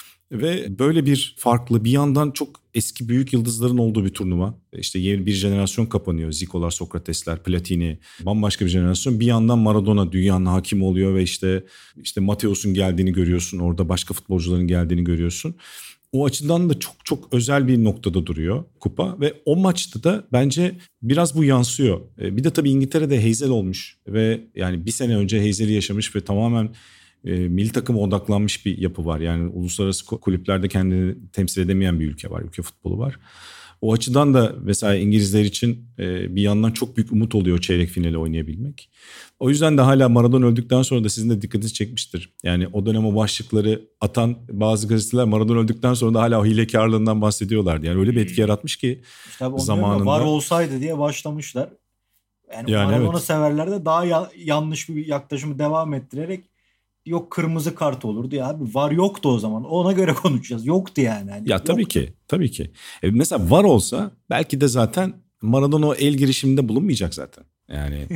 Ve böyle bir farklı bir yandan çok eski büyük yıldızların olduğu bir turnuva. İşte yeni bir jenerasyon kapanıyor. Zico'lar, Sokrates'ler, Platini bambaşka bir jenerasyon. Bir yandan Maradona dünyanın hakim oluyor ve işte Mateus'un geldiğini görüyorsun. Orada başka futbolcuların geldiğini görüyorsun. O açıdan da çok çok özel bir noktada duruyor kupa ve o maçta da bence biraz bu yansıyor. Bir de tabii İngiltere'de Hazel olmuş ve yani bir sene önce Hazel'i yaşamış ve tamamen milli takıma odaklanmış bir yapı var. Yani uluslararası kulüplerde kendini temsil edemeyen bir ülke var, ülke futbolu var. O açıdan da mesela İngilizler için bir yandan çok büyük umut oluyor çeyrek finali oynayabilmek. O yüzden de hala Maradona öldükten sonra da sizin de dikkatinizi çekmiştir. Yani o dönem o başlıkları atan bazı gazeteler Maradona öldükten sonra da hala o hilekarlığından bahsediyorlardı. Yani öyle bir etki yaratmış ki işte zamanında. Var olsaydı diye başlamışlar. Yani Maradona evet. Severler de daha yanlış bir yaklaşımı devam ettirerek yok kırmızı kart olurdu ya abi. VAR yoktu o zaman. Ona göre konuşacağız. Yoktu yani. Ya tabii ki. Mesela VAR olsa belki de zaten Maradona o el girişiminde bulunmayacak zaten. Yani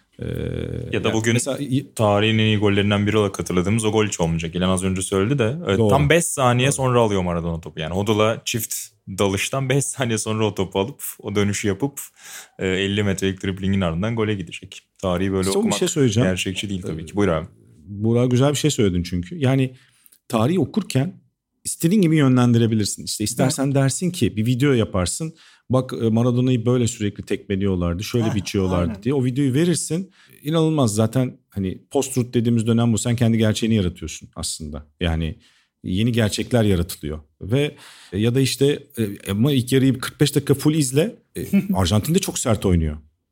ya da bugün mesela tarihin en iyi gollerinden biri olarak hatırladığımız o gol hiç olmayacak. İlhan az önce söyledi de tam 5 saniye sonra alıyor Maradona topu. Yani Hoddle'a çift dalıştan 5 saniye sonra o topu alıp o dönüşü yapıp 50 metrelik driblingin ardından gole gidecek. Tarihi böyle okumak gerçekçi değil tabii ki. Buyur abi. Burak güzel bir şey söyledin çünkü. Yani tarihi okurken istediğin gibi yönlendirebilirsin. İşte istersen dersin ki bir video yaparsın. Bak Maradona'yı böyle sürekli tekmeliyorlardı, şöyle biçiyorlardı aynen. diye. O videoyu verirsin. İnanılmaz zaten hani post-truth dediğimiz dönem bu. Sen kendi gerçeğini yaratıyorsun aslında. Yani yeni gerçekler yaratılıyor. Ve ya da işte ama ilk yarıyı 45 dakika full izle. Arjantin de çok sert oynuyor.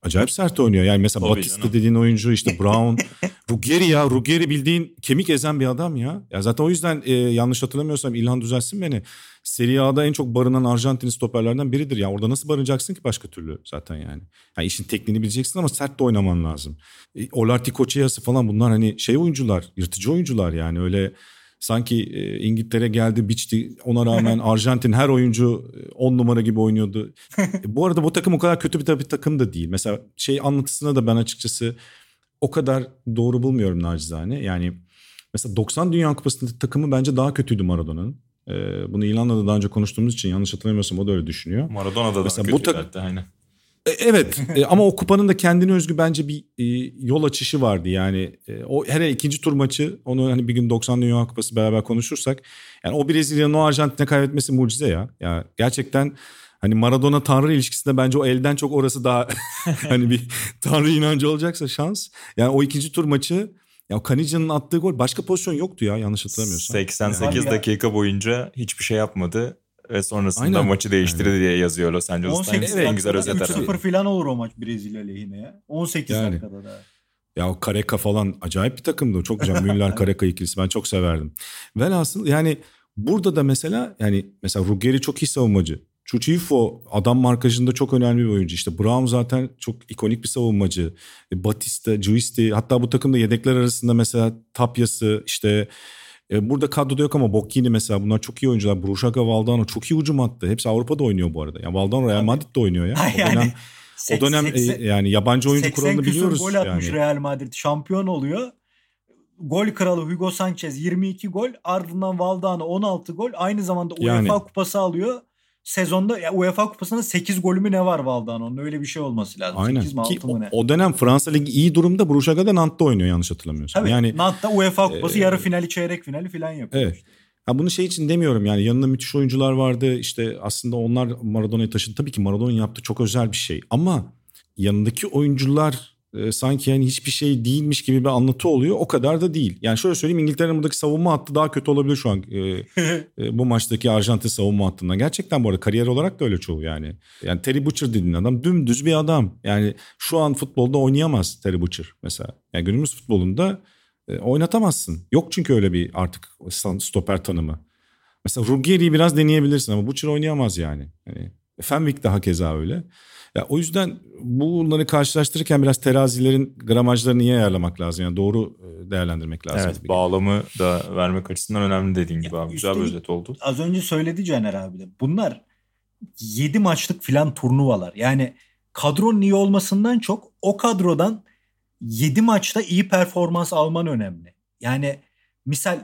acayip sert oynuyor. Yani mesela Tabii Batista canım. dediğin oyuncu, işte Brown, Ruggeri bildiğin kemik ezen bir adam ya. Ya zaten o yüzden yanlış hatırlamıyorsam İlhan düzelsin beni. Serie A'da en çok barınan Arjantin stoperlerden biridir. Ya orada nasıl barınacaksın ki başka türlü zaten yani. Yani işin tekniğini bileceksin ama sert de oynaman lazım. Olarti Koçeyası falan bunlar hani şey oyuncular, yırtıcı oyuncular yani öyle. Sanki İngiltere geldi biçti, ona rağmen Arjantin her oyuncu 10 numara gibi oynuyordu. Bu arada bu takım o kadar kötü bir takım da değil. Mesela şey anlatısına da ben açıkçası o kadar doğru bulmuyorum nacizane. Yani mesela 90 Dünya Kupası'nda takımı bence daha kötüydü Maradona'nın. Bunu İlhan'la da daha önce konuştuğumuz için yanlış hatırlamıyorsam o da öyle düşünüyor. Maradona da mesela kötüydü hatta aynen. Evet ama o kupanın da kendine özgü bence bir yol açışı vardı yani. O her ikinci tur maçı, onu hani bir gün 90 Dünya Kupası beraber konuşursak, yani o Brezilya'nın o Arjantin'e kaybetmesi mucize ya. Ya gerçekten hani Maradona Tanrı ilişkisinde bence o elden çok orası daha hani bir Tanrı inancı olacaksa şans. Yani o ikinci tur maçı, ya Caniggia'nın attığı gol, başka pozisyon yoktu ya yanlış hatırlamıyorsam. 88 dakika boyunca hiçbir şey yapmadı. Ve sonrasında Aynen. maçı değiştirdi Aynen. diye yazıyor Los Angeles 18 Times. En güzel özet dakikada herhalde. 3-0 falan olur o maç Brezilya lehine ya. 18 Yani. dakikada da. Ya o Careca falan acayip bir takımdı. Çok güzel. Müller Careca ikilisi ben çok severdim. Velhasıl yani burada da mesela Ruggeri çok iyi savunmacı. Chuchifo adam markajında çok önemli bir oyuncu. İşte Brown zaten çok ikonik bir savunmacı. Batista, Giusti, hatta bu takımda yedekler arasında mesela Tapias'ı, işte burada kadroda yok ama Bocchini mesela, bunlar çok iyi oyuncular. Brushaga, Valdano çok iyi hücum attı. Hepsi Avrupa'da oynuyor bu arada. Yani Valdano Real Madrid'de oynuyor ya. O dönem yani yabancı oyuncu kuralını biliyoruz. 80 küsur gol atmış yani. Real Madrid, şampiyon oluyor. Gol kralı Hugo Sanchez 22 gol, ardından Valdano 16 gol. Aynı zamanda UEFA kupası alıyor. Sezonda UEFA kupasında 8 golü mü ne var Valdano'nun? Öyle bir şey olması lazım. Aynen. 8 mi 6 mı ne? O dönem Fransa Ligi iyi durumda. Brushaga'da Nant'ta oynuyor yanlış hatırlamıyorsam. Tabii yani Nant'ta UEFA kupası yarı finali, çeyrek finali falan yapıyor. Evet. Ha, bunu şey için demiyorum yani, yanında müthiş oyuncular vardı. İşte aslında onlar Maradona'yı taşıdı. Tabii ki Maradona'nın yaptığı çok özel bir şey. Ama yanındaki oyuncular sanki yani hiçbir şey değilmiş gibi bir anlatı oluyor. O kadar da değil. Yani şöyle söyleyeyim, İngiltere'nin buradaki savunma hattı daha kötü olabilir şu an. Bu maçtaki Arjantin savunma hattından. Gerçekten bu arada kariyer olarak da öyle çoğu yani. Yani Terry Butcher dediğin adam dümdüz bir adam. Yani şu an futbolda oynayamaz Terry Butcher mesela. Yani günümüz futbolunda oynatamazsın. Yok çünkü öyle bir artık stoper tanımı. Mesela Ruggeri'yi biraz deneyebilirsin ama Butcher oynayamaz yani. Yani Fenwick daha keza öyle. Ya o yüzden bunları karşılaştırırken biraz terazilerin gramajlarını iyi ayarlamak lazım. Yani doğru değerlendirmek lazım. Evet, bağlamı da vermek açısından önemli dediğin gibi abi. Güzel bir özet oldu. Az önce söyledi Caner abi de. Bunlar 7 maçlık filan turnuvalar. Yani kadronun iyi olmasından çok o kadrodan 7 maçta iyi performans alman önemli. Yani misal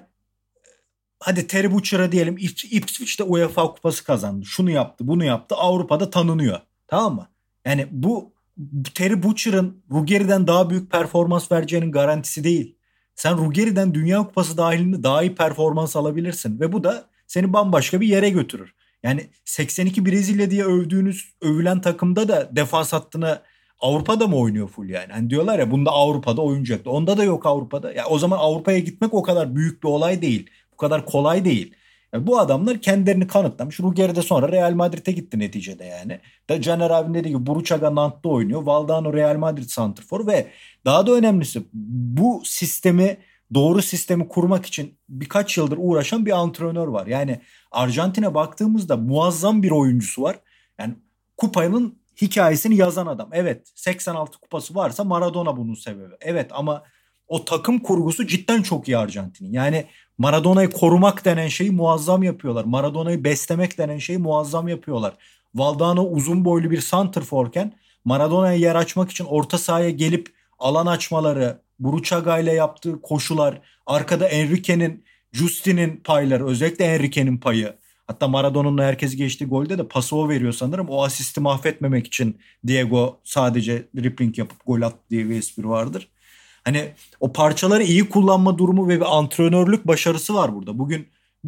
hadi Terry Butcher'a diyelim, Ipswich'te UEFA kupası kazandı. Şunu yaptı, bunu yaptı. Avrupa'da tanınıyor. Tamam mı? Yani bu Terry Butcher'ın Ruggeri'den daha büyük performans vereceğinin garantisi değil. Sen Ruggeri'den Dünya Kupası dahilinde daha iyi performans alabilirsin. Ve bu da seni bambaşka bir yere götürür. Yani 82 Brezilya diye övülen takımda da defans hattına Avrupa'da mı oynuyor full yani? Hani diyorlar ya, bunda Avrupa'da oyuncaktı. Onda da yok Avrupa'da. Ya o zaman Avrupa'ya gitmek o kadar büyük bir olay değil. Bu kadar kolay değil. Yani bu adamlar kendilerini kanıtlamış. Ruggeri de sonra Real Madrid'e gitti neticede yani. Da Caner abinin dediği gibi Brushaga Nant'ta oynuyor. Valdano Real Madrid santrfor ve daha da önemlisi bu doğru sistemi kurmak için birkaç yıldır uğraşan bir antrenör var. Yani Arjantin'e baktığımızda muazzam bir oyuncusu var. Yani kupanın hikayesini yazan adam. Evet, 86 kupası varsa Maradona bunun sebebi. Evet ama o takım kurgusu cidden çok iyi Arjantin'in. Yani Maradona'yı korumak denen şeyi muazzam yapıyorlar. Maradona'yı beslemek denen şeyi muazzam yapıyorlar. Valdano uzun boylu bir santrforken Maradona'ya yer açmak için orta sahaya gelip alan açmaları, Brushaga ile yaptığı koşular, arkada Enrique'nin, Justi'nin payları, özellikle Enrique'nin payı. Hatta Maradona'nın herkes geçtiği golde de pası o veriyor sanırım. O asisti mahvetmemek için Diego sadece dribbling yapıp gol attı diye bir espri vardır. Hani o parçaları iyi kullanma durumu ve bir antrenörlük başarısı var burada. Bugün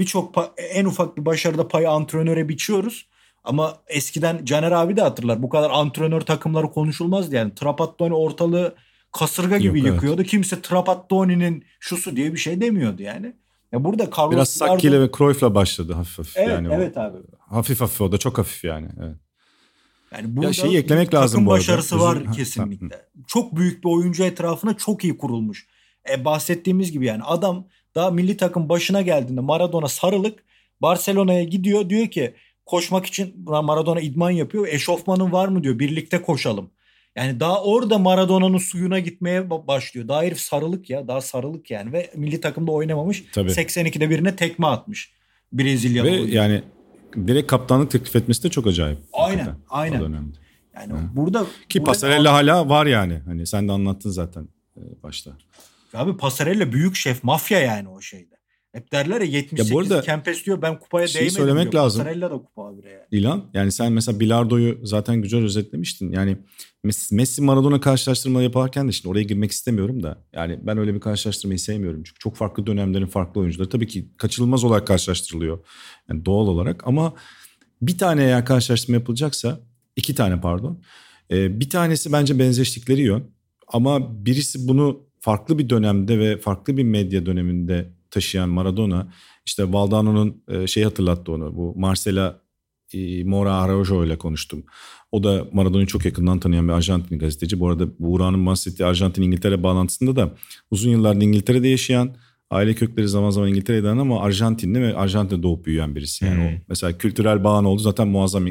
en ufak bir başarıda payı antrenöre biçiyoruz. Ama eskiden Caner abi de hatırlar. Bu kadar antrenör takımları konuşulmazdı yani. Trapattoni ortalığı kasırga gibi yıkıyordu. Evet. Kimse Trapattoni'nin şusu diye bir şey demiyordu yani. Ya burada Carlos biraz Sacchi ile ve Cruyff'la başladı hafif. Evet, yani evet abi. Hafif o da çok hafif yani. Evet. Yani burada şeyi eklemek lazım takım bu arada. başarısı var kesinlikle. Çok büyük bir oyuncu etrafına çok iyi kurulmuş. Bahsettiğimiz gibi yani adam daha milli takım başına geldiğinde Maradona sarılık Barcelona'ya gidiyor, diyor ki koşmak için Maradona idman yapıyor. Eşofmanın var mı diyor, birlikte koşalım. Yani daha orada Maradona'nın suyuna gitmeye başlıyor. Daha herif sarılık ya, daha sarılık yani ve milli takımda oynamamış. Tabii. 82'de birine tekme atmış Brezilyalı. Ve yani direkt kaptanlık teklif etmesi de çok acayip. Aynen. Yani burada Passarella hala var yani. Hani sen de anlattın zaten başta. Abi Passarella büyük şef, mafya yani o şeyde. Hep derler ya 78 Kempes diyor ben kupaya değmedim söylemek diyor. Lazım. Passarella da kupa abi yani. İlhan yani sen mesela bilardoyu zaten güzel özetlemiştin. Yani Messi Maradona karşılaştırma yaparken de şimdi oraya girmek istemiyorum da. Yani ben öyle bir karşılaştırmayı sevmiyorum. Çünkü çok farklı dönemlerin farklı oyuncuları. Tabii ki kaçınılmaz olarak karşılaştırılıyor. Yani doğal olarak ama bir tane eğer karşılaştırma yapılacaksa 2 tane pardon. Bir tanesi bence benzeştikleri yön. Ama birisi bunu farklı bir dönemde ve farklı bir medya döneminde taşıyan Maradona, işte Valdano'nun hatırlattı onu. Bu Marcela Mora Araujo ile konuştum. O da Maradona'yı çok yakından tanıyan bir Arjantin gazeteci. Bu arada Buğra'nın bahsettiği Arjantin-İngiltere bağlantısında da uzun yıllardır İngiltere'de yaşayan, aile kökleri zaman zaman İngiltere'den ama Arjantinli ve Arjantin'de doğup büyüyen birisi. Yani o mesela kültürel bağın oldu zaten muazzam.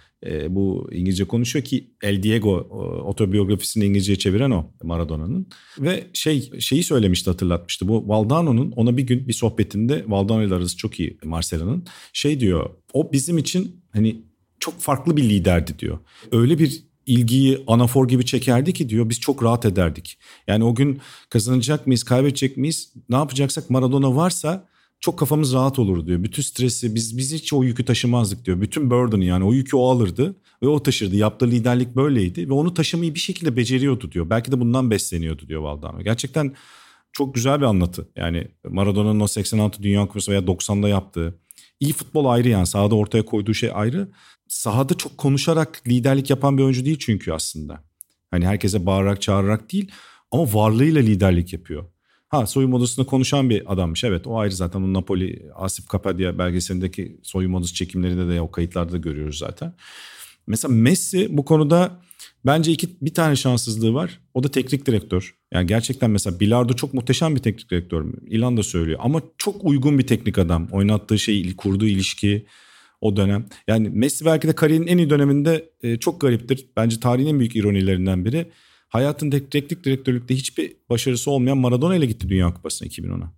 Bu İngilizce konuşuyor ki El Diego otobiyografisini İngilizceye çeviren o Maradona'nın. Ve şeyi söylemişti, hatırlatmıştı. Bu Valdano'nun ona bir gün bir sohbetinde, Valdano ile arası çok iyi Marcela'nın, diyor, o bizim için hani çok farklı bir liderdi diyor. Öyle bir ilgiyi anafor gibi çekerdi ki diyor biz çok rahat ederdik. Yani o gün kazanacak mıyız, kaybedecek miyiz, ne yapacaksak Maradona varsa çok kafamız rahat olur diyor. Bütün stresi biz hiç o yükü taşımazdık diyor. Bütün burden'ı yani o yükü o alırdı ve o taşırdı. Yaptığı liderlik böyleydi ve onu taşımayı bir şekilde beceriyordu diyor. Belki de bundan besleniyordu diyor Valdano. Gerçekten çok güzel bir anlatı. Yani Maradona'nın o 86 Dünya Kupası veya 90'da yaptığı iyi futbol ayrı, yani sahada ortaya koyduğu şey ayrı. Sahada çok konuşarak liderlik yapan bir oyuncu değil çünkü aslında. Hani herkese bağırarak çağırarak değil ama varlığıyla liderlik yapıyor. Soyunma odasında konuşan bir adammış. Evet, o ayrı zaten. O Napoli, Asif Kapadia belgeselindeki soyunma odası çekimlerinde de o kayıtlarda da görüyoruz zaten. Mesela Messi bu konuda bence bir tane şanssızlığı var. O da teknik direktör. Yani gerçekten mesela Bilardo çok muhteşem bir teknik direktör mü? İlhan da söylüyor. Ama çok uygun bir teknik adam. Oynattığı şey, kurduğu ilişki o dönem. Yani Messi belki de kariyerinin en iyi döneminde çok gariptir. Bence tarihin en büyük ironilerinden biri. Hayatın teknik direktörlükte hiçbir başarısı olmayan Maradona ile gitti Dünya Kupası'na 2010'a.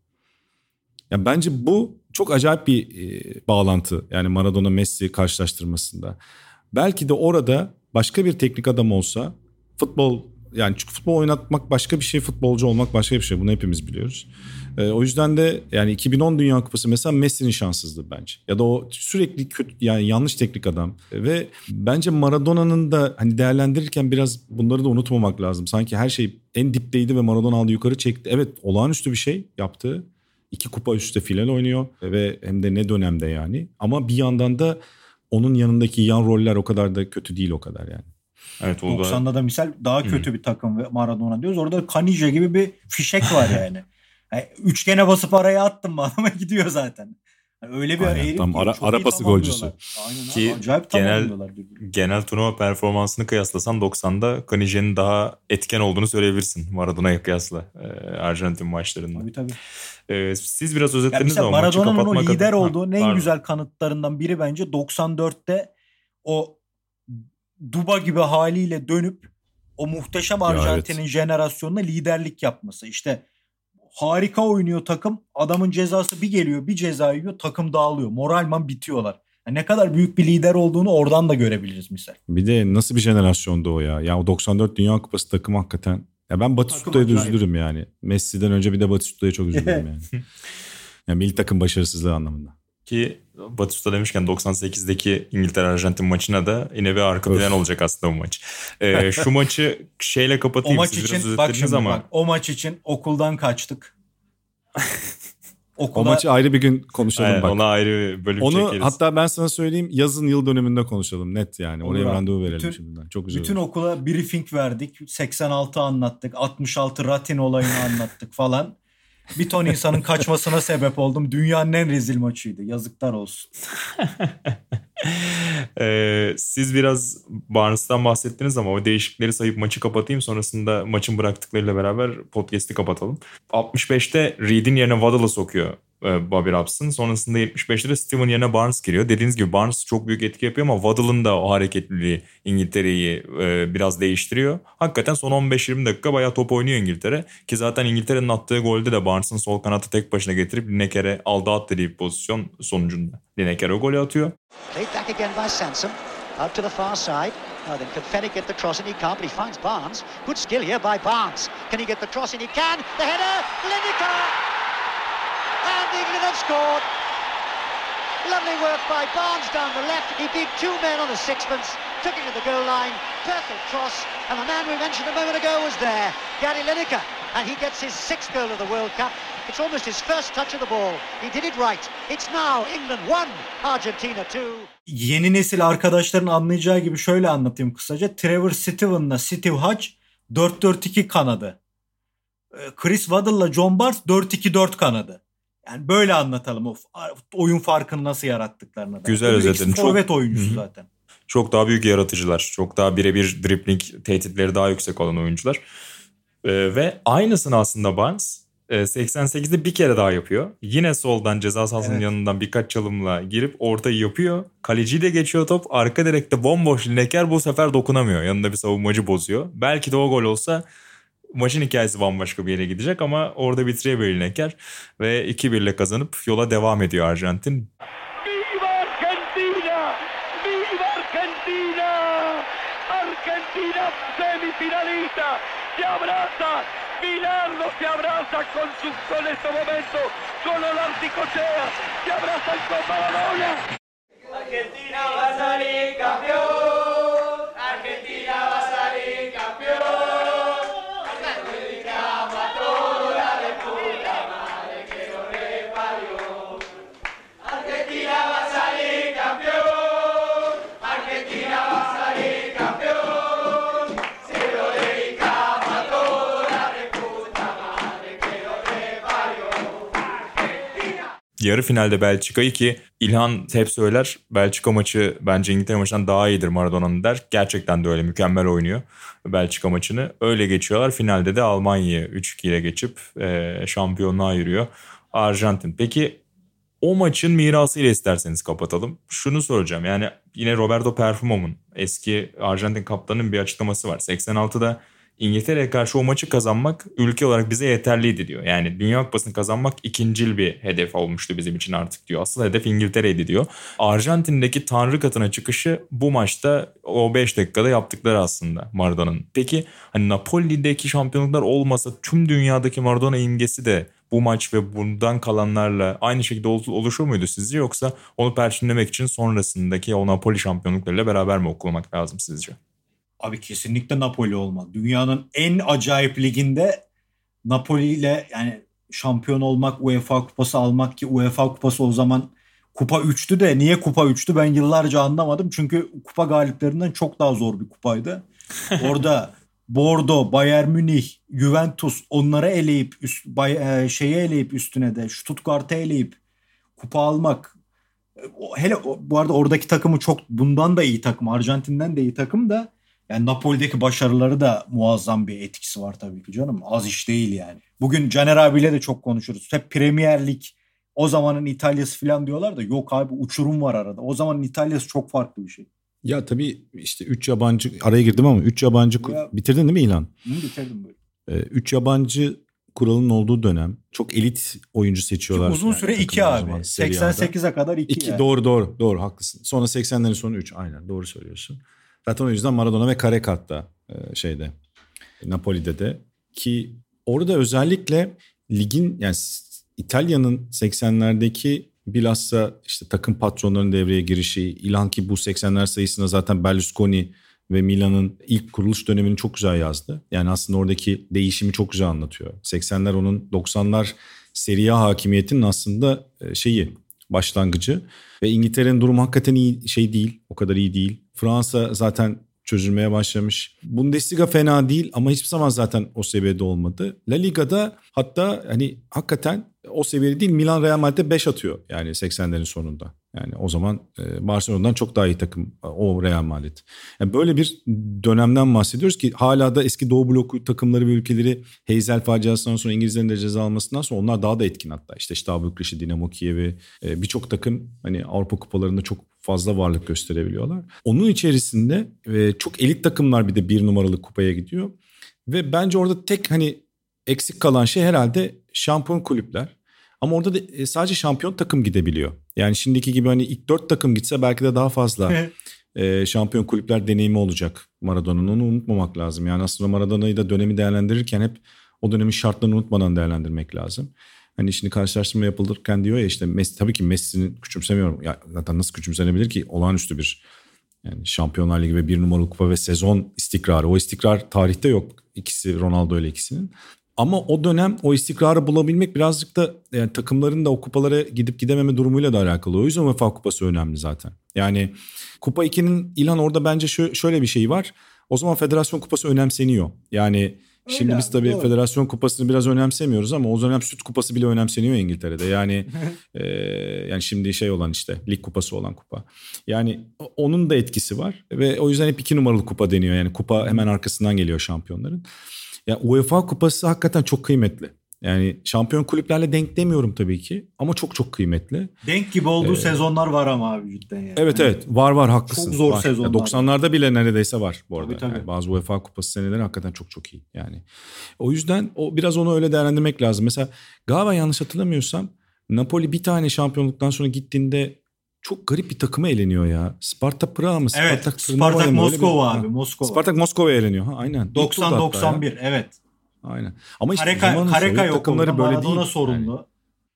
Yani bence bu çok acayip bir bağlantı. Yani Maradona-Messi karşılaştırmasında. Belki de orada başka bir teknik adam olsa futbol, yani çünkü futbol oynatmak başka bir şey, futbolcu olmak başka bir şey. Bunu hepimiz biliyoruz. O yüzden de yani 2010 Dünya Kupası mesela Messi'nin şanssızlığı bence. Ya da o sürekli kötü, yani yanlış teknik adam. Ve bence Maradona'nın da hani değerlendirirken biraz bunları da unutmamak lazım. Sanki her şey en dipteydi ve Maradona aldı yukarı çekti. Evet, olağanüstü bir şey yaptı. 2 kupa üstte final oynuyor ve hem de ne dönemde yani. Ama bir yandan da onun yanındaki yan roller o kadar da kötü değil, o kadar yani. Evet, 90'da da misal daha kötü bir takım ve Maradona diyoruz. Orada Caniggia gibi bir fişek var yani. Yani üçgene basıp araya attım mı adama gidiyor zaten. Yani öyle bir herif tam ara pası golcüsü. Aynen, ki acayip genel turnuva performansını kıyaslasan 90'da Caniggia'nın daha etken olduğunu söyleyebilirsin Maradona'ya kıyasla Arjantin maçlarında. Tabii. Siz biraz özetlediniz ama Maradona'nın o lider olduğu en güzel kanıtlarından biri bence 94'te o Duba gibi haliyle dönüp o muhteşem Arjantin'in jenerasyonuna liderlik yapması. İşte harika oynuyor takım. Adamın cezası bir geliyor, bir ceza yiyor, takım dağılıyor. Moralman bitiyorlar. Yani ne kadar büyük bir lider olduğunu oradan da görebiliriz misal. Bir de nasıl bir jenerasyondu o ya. Ya o 94 Dünya Kupası takımı hakikaten. Ya ben Batistuta'ya da üzülürüm yani. Messi'den önce bir de Batistuta'ya çok üzülürüm yani. Yani milli takım başarısızlığı anlamında. Ki Batistuta demişken 98'deki İngiltere-Arjantin maçına da yine bir arka plan olacak aslında bu maç. Şu maçı şeyle kapatayım. O maç için bak şimdi ama. O maç için okuldan kaçtık. O maçı ayrı bir gün konuşalım. Aynen, bak. Ona ayrı bölüm çekeriz. Hatta ben sana söyleyeyim, yazın yıl dönümünde konuşalım net yani. Oraya randevu verelim şimdiden. Çok güzel bütün olur. okula briefing verdik. 86 anlattık. 66 Ratin olayını anlattık falan. Bir ton insanın kaçmasına sebep oldum. Dünyanın en rezil maçıydı. Yazıklar olsun. Siz biraz Barnes'tan bahsettiniz ama o değişiklikleri sayıp maçı kapatayım. Sonrasında maçın bıraktıklarıyla beraber podcast'i kapatalım. 65'te Reed'in yerine Waddle'ı sokuyor Bobby Robson. Sonrasında 75'te de Steven yerine Barnes giriyor. Dediğiniz gibi Barnes çok büyük etki yapıyor ama Waddle'ın da o hareketliliği İngiltere'yi biraz değiştiriyor. Hakikaten son 15-20 dakika bayağı top oynuyor İngiltere. Ki zaten İngiltere'nin attığı golde de Barnes'ın sol kanatı tek başına getirip Lineker'e aldı at dediği bir pozisyon sonucunda. Lineker o golü atıyor. Played back again by Sansom. Out to the far side. Now then, can Fenwick get the cross in? He can't, but he finds Barnes. Good skill here by Barnes. Can he get the cross in? He can. The header, Lineker! And England have scored. Lovely work by Barnes down the left. He beat two men on a sixpence. Took it to the goal line. Perfect cross. And the man we mentioned a moment ago was there. Gary Lineker. And he gets his sixth goal of the World Cup. It's almost his first touch of the ball. He did it right. It's now England 1, Argentina 2. Yeni nesil arkadaşların anlayacağı gibi şöyle anlatayım kısaca. Trevor Steven'la Steve Hodge 4-4-2 kanadı. Chris Waddle'la John Barnes 4-2-4 kanadı. Yani böyle anlatalım o oyun farkını nasıl yarattıklarını da. Güzel özetledin. Forvet oyuncusu zaten. Çok daha büyük yaratıcılar. Çok daha birebir dribbling tehditleri daha yüksek olan oyuncular. Ve aynısını aslında Barnes 88'de bir kere daha yapıyor. Yine soldan ceza sahasının yanından birkaç çalımla girip ortayı yapıyor. Kaleciyi de geçiyor top. Arka direkte bomboş Lineker bu sefer dokunamıyor. Yanında bir savunmacı bozuyor. Belki de o gol olsa maçın hikayesi bambaşka bir yere gidecek ama orada bitiriyor Lineker. Ve 2-1 ile kazanıp yola devam ediyor Arjantin. ¡Viva Argentina! ¡Viva Argentina! Argentina semifinalista. Se abraza. Bilardo se abraza con este momento. Solo la anticochea. Se abrazan con Maradona. Argentina va a salir campeón. Argentina va a salir campeón. Dedicamos a toda la puta madre que nos reparió. Argentina va a salir campeón. Argentina va a salir campeón. Se lo dedicamos a toda la puta madre que nos reparió. Argentina. Yarı finalde Belçika'yı ki İlhan hep söyler Belçika maçı bence İngiltere maçından daha iyidir Maradona'nın der. Gerçekten de öyle mükemmel oynuyor Belçika maçını. Öyle geçiyorlar. Finalde de Almanya'yı 3-2 ile geçip şampiyonluğa yürüyor Arjantin. Peki o maçın mirasıyla isterseniz kapatalım. Şunu soracağım yani yine Roberto Perfumom'un eski Arjantin kaptanının bir açıklaması var. 86'da İngiltere'ye karşı o maçı kazanmak ülke olarak bize yeterliydi diyor. Yani Dünya Kupası'nı kazanmak ikincil bir hedef olmuştu bizim için artık diyor. Asıl hedef İngiltere'ydi diyor. Arjantin'deki tanrı katına çıkışı bu maçta o 5 dakikada yaptıkları aslında Maradona'nın. Peki hani Napoli'deki şampiyonluklar olmasa tüm dünyadaki Maradona imgesi de bu maç ve bundan kalanlarla aynı şekilde oluşur muydu sizce? Yoksa onu perçinlemek için sonrasındaki o Napoli şampiyonluklarıyla beraber mi okumak lazım sizce? Abi kesinlikle Napoli olmaz. Dünyanın en acayip liginde Napoli ile yani şampiyon olmak, UEFA kupası almak ki UEFA kupası o zaman kupa 3'tü de niye kupa 3'tü ben yıllarca anlamadım. Çünkü kupa galiplerinden çok daha zor bir kupaydı. Orada Bordeaux, Bayern Münih, Juventus onları eleyip eleyip üstüne de Stuttgart'ı eleyip kupa almak. Hele bu arada oradaki takımı çok bundan da iyi takım, Arjantin'den de iyi takım da yani Napoli'deki başarıları da muazzam bir etkisi var tabii ki canım. Az iş değil yani. Bugün Caner abiyle de çok konuşuruz. Hep Premier Lig o zamanın İtalya'sı falan diyorlar da yok abi uçurum var arada. O zamanın İtalya'sı çok farklı bir şey. Ya tabii işte 3 yabancı araya girdim ama 3 yabancı bitirdin değil mi İlhan? Bitirdim böyle. 3 yabancı kuralının olduğu dönem çok elit oyuncu seçiyorlar. Çok uzun yani, süre 2 abi. 88'e kadar 2 yani. Doğru haklısın. Sonra 80'lerin sonu 3 aynen doğru söylüyorsun. Zaten o yüzden Maradona ve Karekat'ta Napoli'de de ki orada özellikle ligin yani İtalya'nın 80'lerdeki bilhassa işte takım patronlarının devreye girişi, İlhan ki bu 80'ler sayısına zaten Berlusconi ve Milan'ın ilk kuruluş dönemini çok güzel yazdı. Yani aslında oradaki değişimi çok güzel anlatıyor. 80'ler onun 90'lar Serie A hakimiyetinin aslında başlangıcı ve İngiltere'nin durumu hakikaten iyi değil, o kadar iyi değil. Fransa zaten çözülmeye başlamış. Bundesliga fena değil ama hiçbir zaman zaten o seviyede olmadı. La Liga'da hatta hani hakikaten o seviyede değil, Milan Real Madrid'e 5 atıyor yani 80'lerin sonunda. Yani o zaman Barcelona'dan çok daha iyi takım o Real Madrid. Yani böyle bir dönemden bahsediyoruz ki hala da eski Doğu bloku takımları ve ülkeleri Heysel faciasından sonra, İngilizlerin de ceza almasından sonra onlar daha da etkin hatta. İşte Steaua Bükreş'i, Dinamo Kiev'i, birçok takım hani Avrupa kupalarında çok fazla varlık gösterebiliyorlar. Onun içerisinde çok elit takımlar bir de 1 numaralı kupaya gidiyor. Ve bence orada tek hani eksik kalan şey herhalde şampiyon kulüpler. Ama orada da sadece şampiyon takım gidebiliyor. Yani şimdiki gibi hani ilk 4 takım gitse belki de daha fazla şampiyon kulüpler deneyimi olacak Maradona'nın. Onu unutmamak lazım. Yani aslında Maradona'yı da dönemi değerlendirirken hep o dönemin şartlarını unutmadan değerlendirmek lazım. Hani şimdi karşılaştırma yapılırken diyor ya işte Messi, tabii ki Messi'nin küçümsemiyorum. Ya zaten nasıl küçümsenebilir ki? Olağanüstü bir yani Şampiyonlar Ligi ve 1 numaralı kupa ve sezon istikrarı. O istikrar tarihte yok. İkisi, Ronaldo ile ikisinin. Ama o dönem o istikrarı bulabilmek birazcık da yani takımların da o kupalara gidip gidememe durumuyla da alakalı. O yüzden UEFA Kupası önemli zaten. Yani Kupa 2'nin İlhan orada bence şöyle bir şey var. O zaman Federasyon Kupası önemseniyor. Yani öyle şimdi biz tabii doğru. Federasyon Kupası'nı biraz önemsemiyoruz ama o dönem Süt Kupası bile önemseniyor İngiltere'de. Yani yani şimdi şey olan işte Lig Kupası olan kupa. Yani onun da etkisi var ve o yüzden hep 2 numaralı kupa deniyor. Yani kupa hemen arkasından geliyor şampiyonların. Ya UEFA Kupası hakikaten çok kıymetli. Yani şampiyon kulüplerle denk demiyorum tabii ki ama çok çok kıymetli. Denk gibi olduğu sezonlar var ama abi cidden yani. Evet var haklısın. Çok zor var. sezonlar. 90'larda bile neredeyse var bu arada. Tabii. Yani bazı UEFA Kupası seneleri hakikaten çok çok iyi. Yani o yüzden biraz onu öyle değerlendirmek lazım. Mesela galiba yanlış hatırlamıyorsam Napoli bir tane şampiyonluktan sonra gittiğinde çok garip bir takıma eleniyor ya. Sparta Prag mı? Evet, Spartak Moskova abi. Moskova. Spartak Moskova'ya eleniyor. Aynen. 90-91 evet. Aynen. Ama işte Kareka yok takımları böyle Maradona değil. sorumlu. Yani,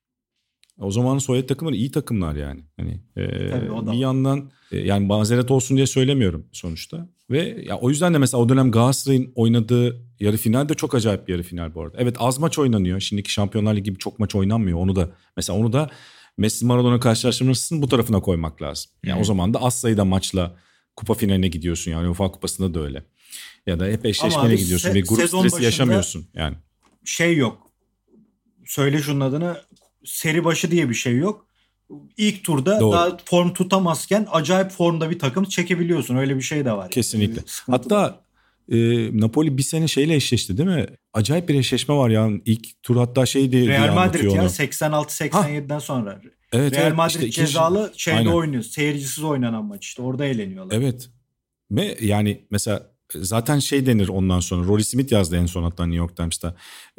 o zamanın Sovyet takımları iyi takımlar yani. Hani Tabii, bir yandan yani mazeret olsun diye söylemiyorum sonuçta. Ve ya o yüzden de mesela o dönem Galatasaray'ın oynadığı yarı final de çok acayip bir yarı final bu arada. Evet az maç oynanıyor. Şimdiki Şampiyonlar Ligi gibi çok maç oynanmıyor. Onu da Messi Maradona karşılaştırmasının bu tarafına koymak lazım. Yani o zaman da az sayıda maçla kupa finaline gidiyorsun yani UEFA Kupası'nda da öyle. Ya da hep eşleşmeye gidiyorsun ve grup stresi yaşamıyorsun yani. Şey yok. Söyle şunun adını. Seri başı diye bir şey yok. İlk turda Doğru. daha form tutamazken acayip formda bir takım çekebiliyorsun. Öyle bir şey de var. Kesinlikle. Hatta Napoli bir sene şeyle eşleşti değil mi? Acayip bir eşleşme var ya. İlk tur hatta şey diye Real Madrid ya onu. 86-87'den sonra. Evet, Real Madrid işte cezalı şeyde aynen. oynuyor. Seyircisiz oynanan maç işte. Orada eğleniyorlar. Evet. Ve yani mesela zaten şey denir ondan sonra. Rory Smith yazdı en son hatta New York Times'ta.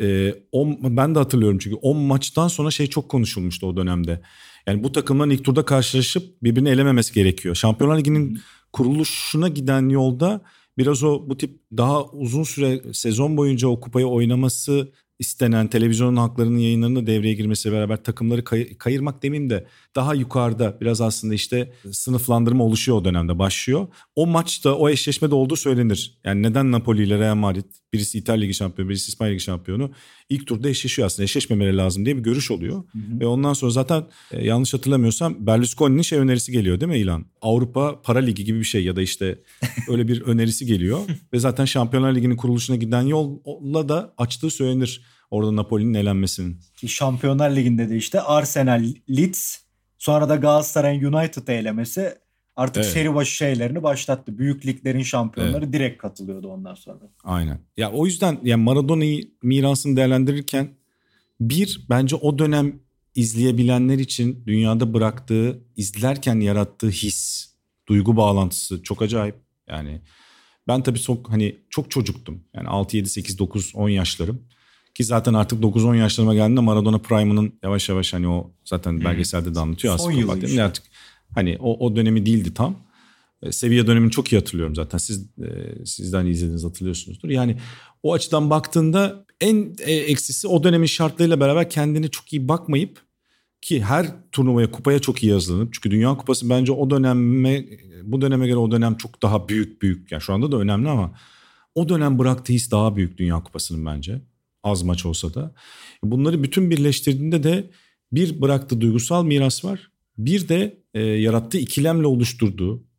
Ben de hatırlıyorum çünkü 10 maçtan sonra şey çok konuşulmuştu o dönemde. Yani bu takımların ilk turda karşılaşıp birbirini elememesi gerekiyor. Şampiyonlar Ligi'nin kuruluşuna giden yolda biraz bu tip daha uzun süre sezon boyunca o kupayı oynaması istenen televizyonun haklarının yayınlarında devreye girmesiyle beraber takımları kayırmak demeyeyim de daha yukarıda biraz aslında işte sınıflandırma oluşuyor o dönemde başlıyor. O maçta o eşleşmede olduğu söylenir. Yani neden Napoli ile Real Madrid birisi İtalya Ligi şampiyonu birisi İspanya Ligi şampiyonu ilk turda eşleşiyor aslında eşleşmemeleri lazım diye bir görüş oluyor. Ve ondan sonra zaten yanlış hatırlamıyorsam Berlusconi'nin önerisi geliyor değil mi İlhan? Avrupa Para Ligi gibi bir şey ya da işte öyle bir önerisi geliyor. Ve zaten Şampiyonlar Ligi'nin kuruluşuna giden yolla da açtığı söylenir. Orada Napoli'nin elenmesinin. Şampiyonlar Ligi'nde de işte Arsenal, Leeds, sonra da Galatasaray United elemesi artık seri başı şeylerini başlattı. Büyük liglerin şampiyonları direkt katılıyordu ondan sonra. Aynen. Ya o yüzden yani Maradona'yı mirasını değerlendirirken bence o dönem izleyebilenler için dünyada bıraktığı, izlerken yarattığı his, duygu bağlantısı çok acayip. Yani ben tabii çok çocuktum. Yani 6, 7, 8, 9, 10 yaşlarım. Ki zaten artık 9-10 yaşlarıma geldiğinde Maradona Prime'ının yavaş yavaş hani o zaten belgeselde de anlatıyor. Son yılı işte. Artık hani o dönemi değildi tam. Sevilla dönemini çok iyi hatırlıyorum zaten. Sizden izlediğiniz hatırlıyorsunuzdur. Yani o açıdan baktığında en eksisi o dönemin şartlarıyla beraber kendine çok iyi bakmayıp ki her turnuvaya kupaya çok iyi hazırlanıp çünkü Dünya Kupası bence bu döneme göre o dönem çok daha büyük. Yani şu anda da önemli ama o dönem bıraktığı his daha büyük Dünya Kupası'nın bence. Az maç olsa da. Bunları bütün birleştirdiğinde de bir bıraktığı duygusal miras var. Bir de yarattığı ikilemle oluşturduğu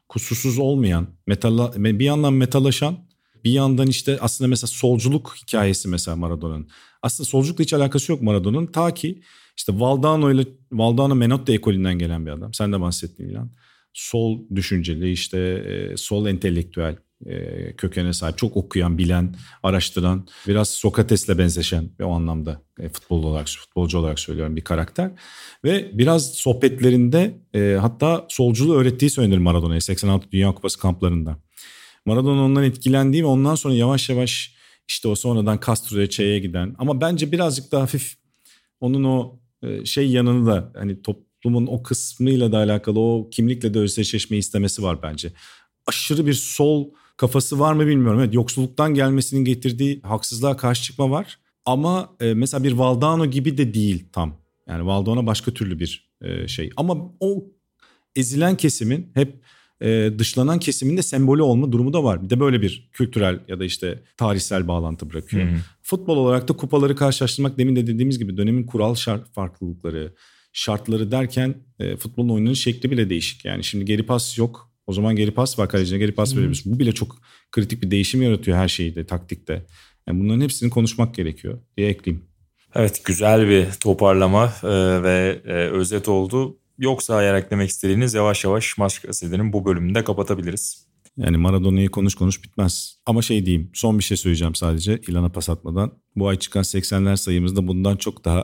kusursuz olmayan, bir yandan metalaşan, bir yandan işte aslında mesela solculuk hikayesi mesela Maradona'nın. Aslında solculukla hiç alakası yok Maradona'nın. Ta ki işte Valdano Menotti ekolünden gelen bir adam. Sen de bahsettin İlhan. Sol düşünceli, işte sol entelektüel kökene sahip. Çok okuyan, bilen, araştıran, biraz Sokrates'le benzeşen ve o anlamda futbolcu olarak söylüyorum bir karakter. Ve biraz sohbetlerinde hatta solculuğu öğrettiği söylenir Maradona'ya 86 Dünya Kupası kamplarında. Maradona ondan etkilendiği ve ondan sonra yavaş yavaş işte o sonradan Castro'ya, Che'ye giden ama bence birazcık daha hafif onun o yanını da hani toplumun o kısmıyla da alakalı, o kimlikle de özdeşleşmeyi istemesi var bence. Aşırı bir sol kafası var mı bilmiyorum. Evet, yoksulluktan gelmesinin getirdiği haksızlığa karşı çıkma var. Ama mesela bir Valdano gibi de değil tam. Yani Valdano başka türlü bir şey. Ama o ezilen kesimin hep dışlanan kesimin de sembolü olma durumu da var. Bir de böyle bir kültürel ya da işte tarihsel bağlantı bırakıyor. Futbol olarak da kupaları karşılaştırmak, demin de dediğimiz gibi dönemin kural farklılıkları, şartları derken futbolun oynanış şekli bile değişik. Yani şimdi geri pas yok. O zaman geri pas var, kalecine geri pas verebiliyorsun. Bu bile çok kritik bir değişim yaratıyor her şeyde, taktikte. Yani bunların hepsini konuşmak gerekiyor diye ekleyeyim. Evet, güzel bir toparlama ve özet oldu. Yoksa eğer eklemek istediğiniz yavaş yavaş Maç Kasede'nin bu bölümünü de kapatabiliriz. Yani Maradona'yı konuş bitmez. Ama diyeyim, son bir şey söyleyeceğim sadece İlhan'a pas atmadan. Bu ay çıkan 80'ler sayımızda bundan çok daha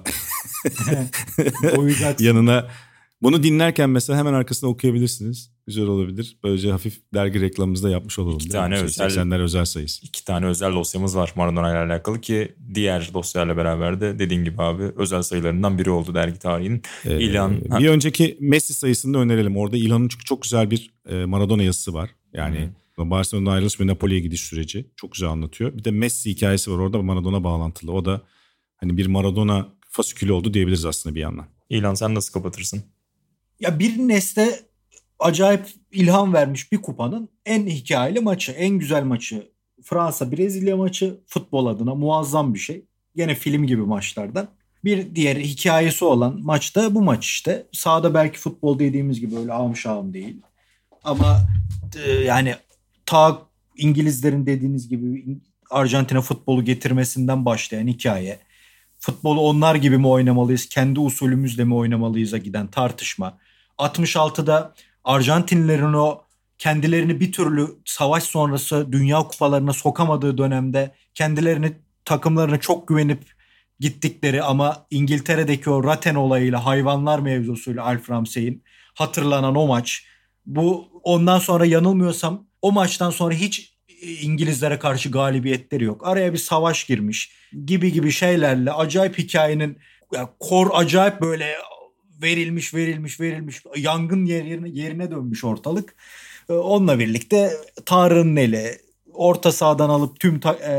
yanına. Bunu dinlerken mesela hemen arkasına okuyabilirsiniz. Güzel olabilir. Böylece hafif dergi reklamımızda yapmış olalım. 2 tane özel 80'ler özel sayısı. 2 tane özel dosyamız var Maradona ile alakalı ki diğer dosyalarla beraber de dediğin gibi abi özel sayılarından biri oldu dergi tarihinin. Bir önceki Messi sayısını da önerelim. Orada İlhan'ın çok güzel bir Maradona yazısı var. Yani Barcelona'dan ayrılış ve Napoli'ye gidiş süreci çok güzel anlatıyor. Bir de Messi hikayesi var orada, Maradona bağlantılı. O da hani bir Maradona fasikülü oldu diyebiliriz aslında bir yandan. İlhan, sen nasıl kapatırsın? Ya bir nesle acayip ilham vermiş bir kupanın en hikayeli maçı, en güzel maçı. Fransa-Brezilya maçı futbol adına muazzam bir şey. Gene film gibi maçlardan. Bir diğer hikayesi olan maç da bu maç işte. Sahada belki futbol dediğimiz gibi öyle ağım şahım değil. Ama yani ta İngilizlerin dediğiniz gibi Arjantin'e futbolu getirmesinden başlayan hikaye. Futbolu onlar gibi mi oynamalıyız, kendi usulümüzle mi oynamalıyız'a giden tartışma. 66'da Arjantinlilerin o kendilerini bir türlü savaş sonrası Dünya Kupalarına sokamadığı dönemde takımlarına çok güvenip gittikleri ama İngiltere'deki o Ratten olayıyla, hayvanlar mevzusuyla Alf Ramsey'in hatırlanan o maç. Bu ondan sonra yanılmıyorsam o maçtan sonra hiç İngilizlere karşı galibiyetleri yok. Araya bir savaş girmiş gibi şeylerle acayip hikayenin acayip böyle verilmiş yangın yerine dönmüş ortalık. Onunla birlikte Tarık'ın eli orta sahadan alıp tüm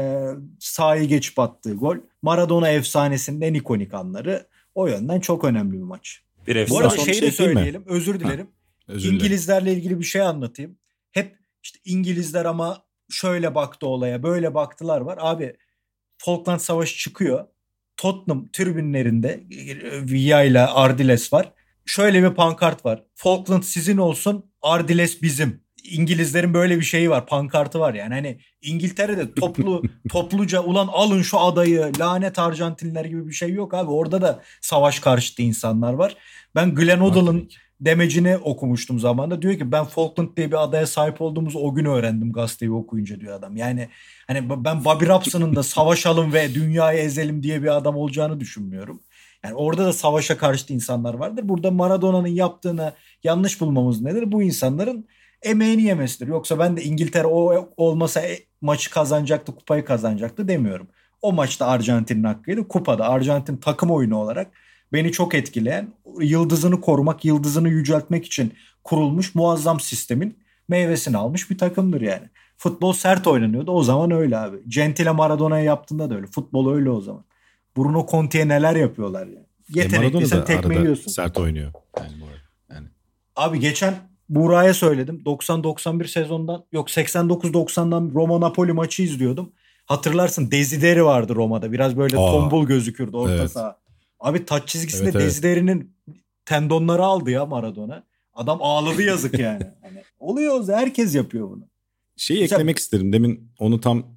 sahayı geçip attığı gol. Maradona efsanesinin en ikonik anları. O yönden çok önemli bir maç. Bu arada şeyi de söyleyelim. Özür dilerim. İngilizlerle ilgili bir şey anlatayım. Hep işte İngilizler ama şöyle baktı olaya, böyle baktılar var. Abi Falkland Savaşı çıkıyor. Tottenham tribünlerinde Villa ile Ardiles var. Şöyle bir pankart var. Falkland sizin olsun, Ardiles bizim. İngilizlerin böyle bir şeyi var, pankartı var yani. Hani İngiltere'de topluca ulan alın şu adayı, lanet Arjantinliler gibi bir şey yok abi. Orada da savaş karşıtı insanlar var. Ben Glenn Hoddle'ın demecini okumuştum zamanında. Diyor ki ben Falkland diye bir adaya sahip olduğumuzu o gün öğrendim gazeteyi okuyunca diyor adam. Yani hani ben Bobby Robson'ın da savaşalım ve dünyayı ezelim diye bir adam olacağını düşünmüyorum. Yani orada da savaşa karşıtı insanlar vardır. Burada Maradona'nın yaptığını yanlış bulmamız nedir? Bu insanların emeğini yemesidir. Yoksa ben de İngiltere o olmasa maçı kazanacaktı, kupayı kazanacaktı demiyorum. O maçta Arjantin'in hakkıydı. Kupada Arjantin takım oyunu olarak beni çok etkileyen, yıldızını korumak, yıldızını yüceltmek için kurulmuş muazzam sistemin meyvesini almış bir takımdır yani. Futbol sert oynanıyordu. O zaman öyle abi. Gentile Maradona'ya yaptığında da öyle. Futbol öyle o zaman. Bruno Conte'ye neler yapıyorlar yani. Yetenekliysen tekme yiyorsun. Sert oynuyor. Yani. Abi geçen Buğra'ya söyledim. 90-91 sezondan, yok 89-90'dan Roma-Napoli maçı izliyordum. Hatırlarsın Desideri vardı Roma'da. Biraz böyle tombul gözükürdü orta saha. Abi taç çizgisinde Desideri'nin tendonları aldı ya Maradona. Adam ağladı yazık yani. Hani oluyor, herkes yapıyor bunu. Şeyi eklemek isterim. Demin onu tam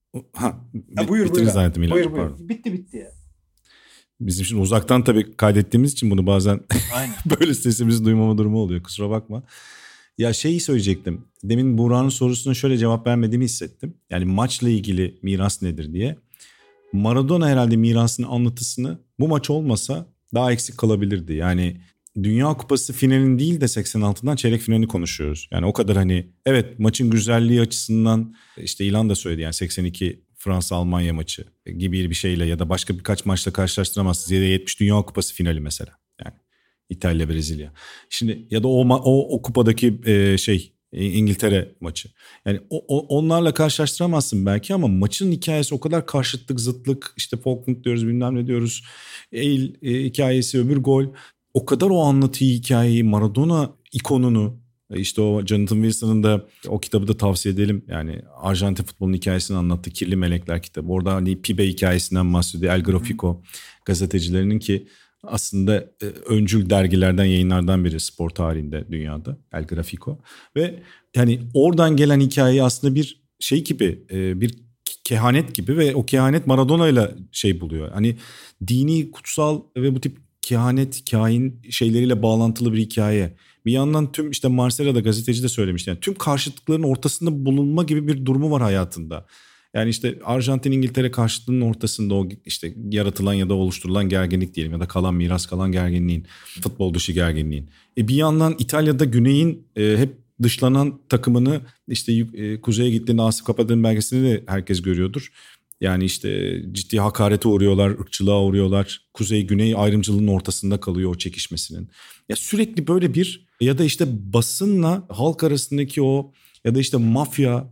buyur zannettim. Buyur. Bitti ya. Bizim şimdi uzaktan tabii kaydettiğimiz için bunu bazen böyle sesimizi duymama durumu oluyor. Kusura bakma. Ya şeyi söyleyecektim. Demin Buğra'nın sorusuna şöyle cevap vermediğimi hissettim. Yani maçla ilgili miras nedir diye. Maradona herhalde mirasını, anlatısını bu maç olmasa daha eksik kalabilirdi. Yani Dünya Kupası finalini değil de 86'dan çeyrek finalini konuşuyoruz. Yani o kadar hani evet maçın güzelliği açısından işte İlhan da söyledi yani 82 Fransa-Almanya maçı gibi bir şeyle ya da başka birkaç maçla karşılaştıramazsınız. Ya da 70 Dünya Kupası finali mesela. Yani İtalya-Brezilya. Şimdi ya da o kupadaki İngiltere maçı. Yani onlarla karşılaştıramazsın belki ama maçın hikayesi o kadar karşıtlık, zıtlık, işte Falkland diyoruz, bilmem ne diyoruz. Hikayesi, öbür gol. O kadar o anlatıyı, hikayeyi, Maradona ikonunu, işte o Jonathan Wilson'ın da o kitabı da tavsiye edelim. Yani Arjantin futbolunun hikayesini anlattı. Kirli Melekler kitabı. Orada hani Pibe hikayesinden bahsediyor. El Grafico gazetecilerinin ki aslında öncül dergilerden, yayınlardan biri spor tarihinde dünyada. El Grafico. Ve yani oradan gelen hikayeyi aslında bir şey gibi, bir kehanet gibi ve o kehanet Maradona'yla buluyor. Hani dini, kutsal ve bu tip kehanet, kain şeyleriyle bağlantılı bir hikaye. Bir yandan tüm işte Marcelo da gazeteci de söylemişti. Yani tüm karşıtlıkların ortasında bulunma gibi bir durumu var hayatında. Yani işte Arjantin-İngiltere karşıtlığının ortasında o işte yaratılan ya da oluşturulan gerginlik diyelim ya da kalan miras, kalan gerginliğin, futbol dışı gerginliğin. Bir yandan İtalya'da Güney'in hep dışlanan takımını işte kuzeye gittiğinde Asif Kapada'nın belgesini de herkes görüyordur. Yani işte ciddi hakarete uğruyorlar, ırkçılığa uğruyorlar. Kuzey-Güney ayrımcılığının ortasında kalıyor o çekişmesinin. Ya sürekli böyle bir ya da işte basınla halk arasındaki o ya da işte mafya,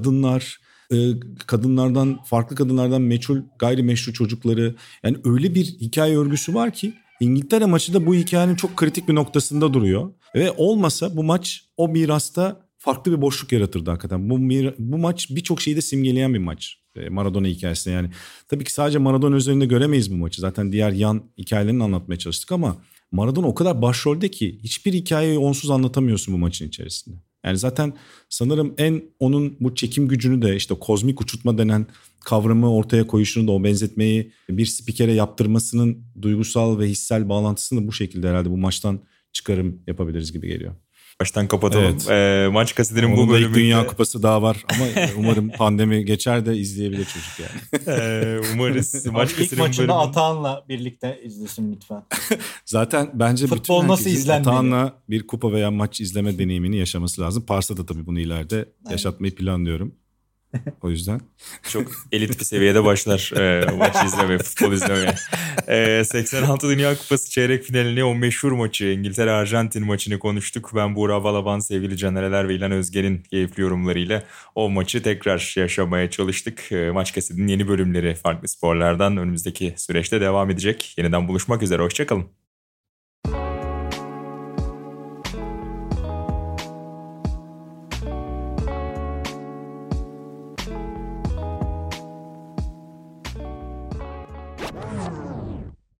farklı kadınlardan meçhul, gayrimeşru çocukları. Yani öyle bir hikaye örgüsü var ki İngiltere maçı da bu hikayenin çok kritik bir noktasında duruyor. Ve olmasa bu maç o mirasta farklı bir boşluk yaratırdı hakikaten. Bu maç birçok şeyi de simgeleyen bir maç. Maradona hikayesinde yani. Tabii ki sadece Maradona üzerinde göremeyiz bu maçı. Zaten diğer yan hikayelerini anlatmaya çalıştık ama Maradona o kadar başrolde ki hiçbir hikayeyi onsuz anlatamıyorsun bu maçın içerisinde. Yani zaten sanırım onun bu çekim gücünü de işte kozmik uçurtma denen kavramı ortaya koyuşunu da o benzetmeyi bir spikere yaptırmasının duygusal ve hissel bağlantısını bu şekilde herhalde bu maçtan çıkarım yapabiliriz gibi geliyor. Baştan kapatalım. Evet. Maç kasetinin bu bölümünde... Onun da ilk Dünya Kupası daha var ama umarım pandemi geçer de izleyebilir çocuk yani. Umarız. İlk maçını Atahan'la birlikte izlesin lütfen. Zaten bence futbol bütün nasıl herkesin Atahan'la bir kupa veya maç izleme deneyimini yaşaması lazım. Pars'a da tabii bunu ileride yaşatmayı planlıyorum. O yüzden. Çok elit bir seviyede başlar maç izlemeye, futbol izlemeye. 86 Dünya Kupası çeyrek finalini, o meşhur maçı, İngiltere-Arjantin maçını konuştuk. Ben Buğra Balaban, sevgili Caner Eler ve İlhan Özgen'in keyifli yorumlarıyla o maçı tekrar yaşamaya çalıştık. Maç kasetinin yeni bölümleri farklı sporlardan önümüzdeki süreçte devam edecek. Yeniden buluşmak üzere, hoşçakalın.